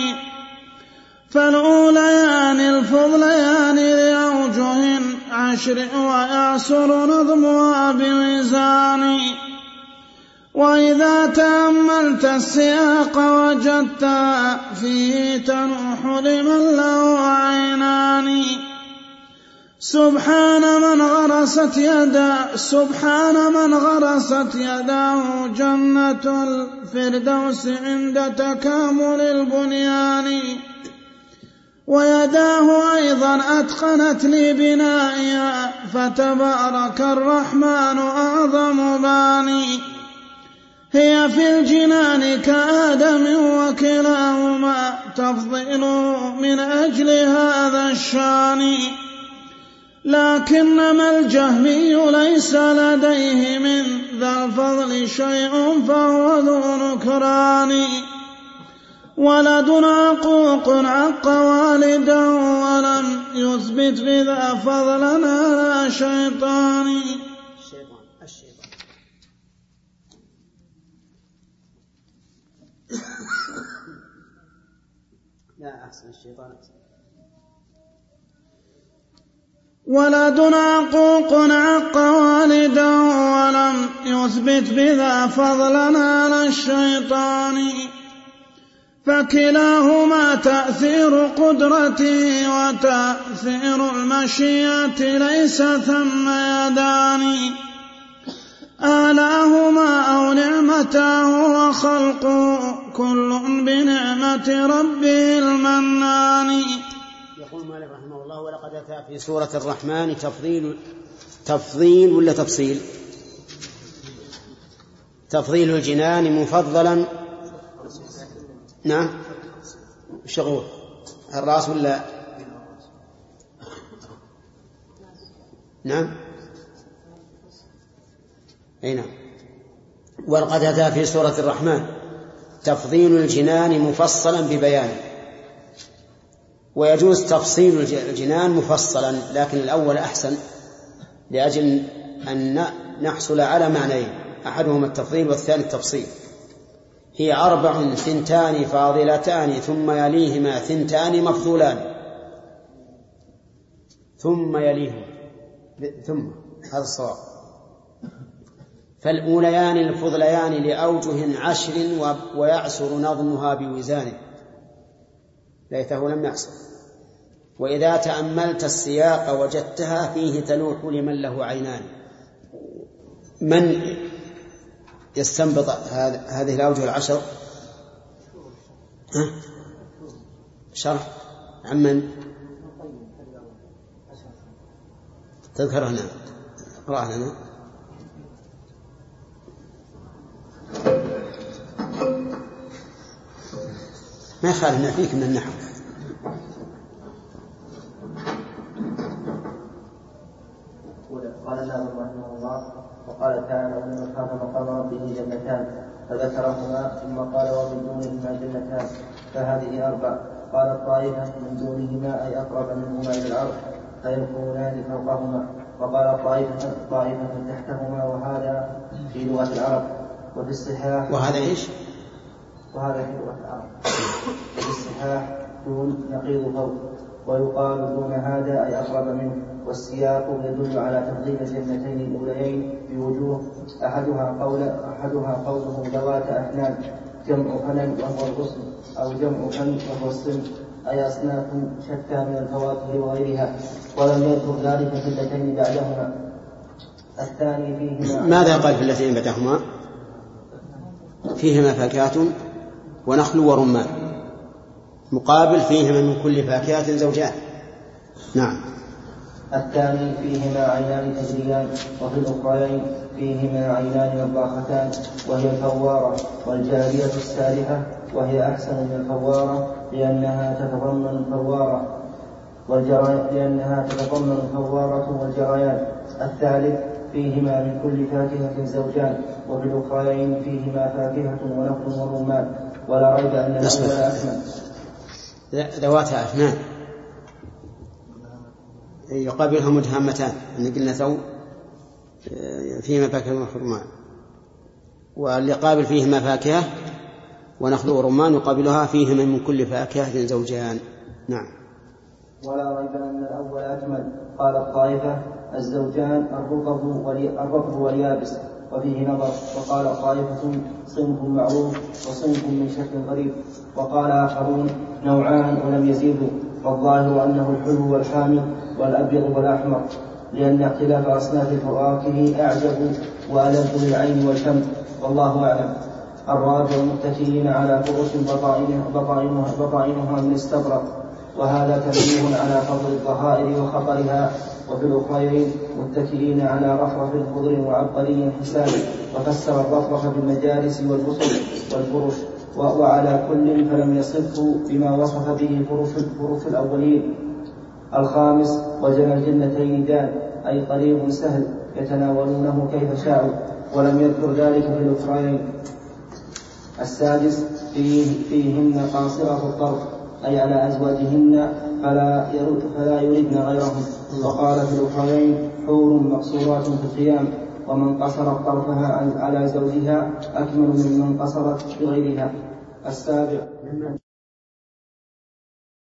فالأوليان الفضليان لأوجه عشر، ويعسر نظمها بميزان. وإذا تأملت السياق وجدت فيه تنوح لمن له عينان. سبحان من غرست يدا سبحان من غرست يداه جنة الفردوس عند تكامل البنيان. ويداه أيضا أتقنت لبنائها، فتبارك الرحمن أعظم باني. هي في الجنان كآدم وكلاهما تفضيل من أجل هذا الشان. لكنما الجهمي ليس لديه من ذا الفضل شيء فهو ذو نكران. ولد عقوق عق والدا ولم يثبت بذا فضلنا لا شيطان. الشيطان الشيطان لا أحسن الشيطان. ولد عقوق عق والدا ولم يثبت بذا فضلنا لا الشيطان. فكلاهما تأثير قدرته وتأثير المشيئة، ليس ثم يدان. آلاهما أو نعمته وخلقه كل بنعمة ربه المنان. يقول مالك رحمه الله: ولقد أتى في سورة الرحمن تفضيل تفضيل ولا تفصيل تفضيل الجنان مفضلا. نعم، شغول الرأس ولا نعم أي نعم. ولقد أتى في سورة الرحمن تفضيل الجنان مفصلا ببيان. ويجوز تفصيل الجنان مفصلا، لكن الأول أحسن لأجل أن نحصل على معنيين: أحدهما التفضيل والثاني التفصيل. هي أربع ثنتان فاضلتان ثم يليهما ثنتان مفضولان. ثم يليهما ثم هذا الصواب. فالأوليان الفضليان لأوجه عشر، ويعسر نظمها بوزان. ليته لم يعسر. وإذا تأملت السياق وجدتها فيه تلوح لمن له عينان. من يستنبط هذه الأوجه العشر؟ شرح عمن؟ تذكر هنا اقرأ لنا. ما يخالف نعفيك من النحو. قال الناظم رحمه الله: وقال تعالى: ومن خاف مقام ربه جنتان، فذكرهما ثم قال: ومن دونهما جنتان، فهذه أربع. قال: الطائفة من دونهما أي أقرب منهما إلى العرش فيكونان فوقهما. وقال: الطائفة طائفة تحتهما، وهذا في لغة العرب. وفي الصحاح وهذا إيش؟ وهذا في لغة العرب. وفي الصحاح دون نقيض فوق، ويقال دون هذا أي أقرب منه. والسياق يدل على تفضيل الجنتين الأوليين بوجوه: أحدها قول أحدها قوله ذوات أفنان، جمع فنن وهو الغصن، أو جمع فن وهو الصنف، أي أصناف شتى من الفواكه وغيرها، ولم يذكر ذلك في اللتين بعدهما. الثاني فيهما ماذا قال في اللتين بعدهما؟ فيهما فاكهة ونخل ورمان، مقابل فيهما من كل فاكهة زوجان. نعم. الثاني فيهما عينان تجريان، وفي الأخرين فيهما عينان نضاختان، وهي الفوارة والجارية السالحة، وهي أحسن من الفوارة لأنها تتضمن الفوارة والجريان لأنها تتضمن الفوارة والجريان. الثالث فيهما من كل فاكهة زوجان، وفي الأخرين فيهما فاكهة ونخل ورمان، ولا ريب أن الأول أكمل. ذوات أفنان يقابلها مدهامتان، أن قلنا ثو فيهما فاكهة ونخل ورمان، واللي قابل فيهما فاكهة ونخل ورمان يقابلها فيهما من كل فاكهة زوجان. نعم. ولا ريب أن الأول أكمل. قال الطائفة: الزوجان الرطب واليابس، وفيه نظر. وقال طائفة: صنف معروف وصنف من شكل غريب. وقال آخرون: نوعان ولم يزيدوا. والظاهر أنه الحلو والحامض والأبيض والأحمر، لأن اختلاف أصناف الفواكه أعجب وألذ للعين والفم، والله أعلم. الرابع: متكئين على فرش بطائنها, بطائنها من استبرق، وهذا تنبيه على فضل الظهائر وخطرها. وفي الأخرين متكئين على رفرف خضر وعبقري حساب، وفسر الرفرف بالمجالس والبسط والفرش، وعلى كل فلم يصفه بما وصف به فرش الأولين. الخامس: وجنى الجنتين دان، أي طريق سهل يتناولونه كيف شاءوا، ولم يذكر ذلك في الأخرين. السادس: فيه فيهن قاصرة الطرف، أي على أزواجهن فلا, فلا يردن غيرهم. وقال في الأخرين: حور مقصورات في القيام، ومن قصرت طرفها على زوجها أكمل ممن قصرت بغيرها. السابع: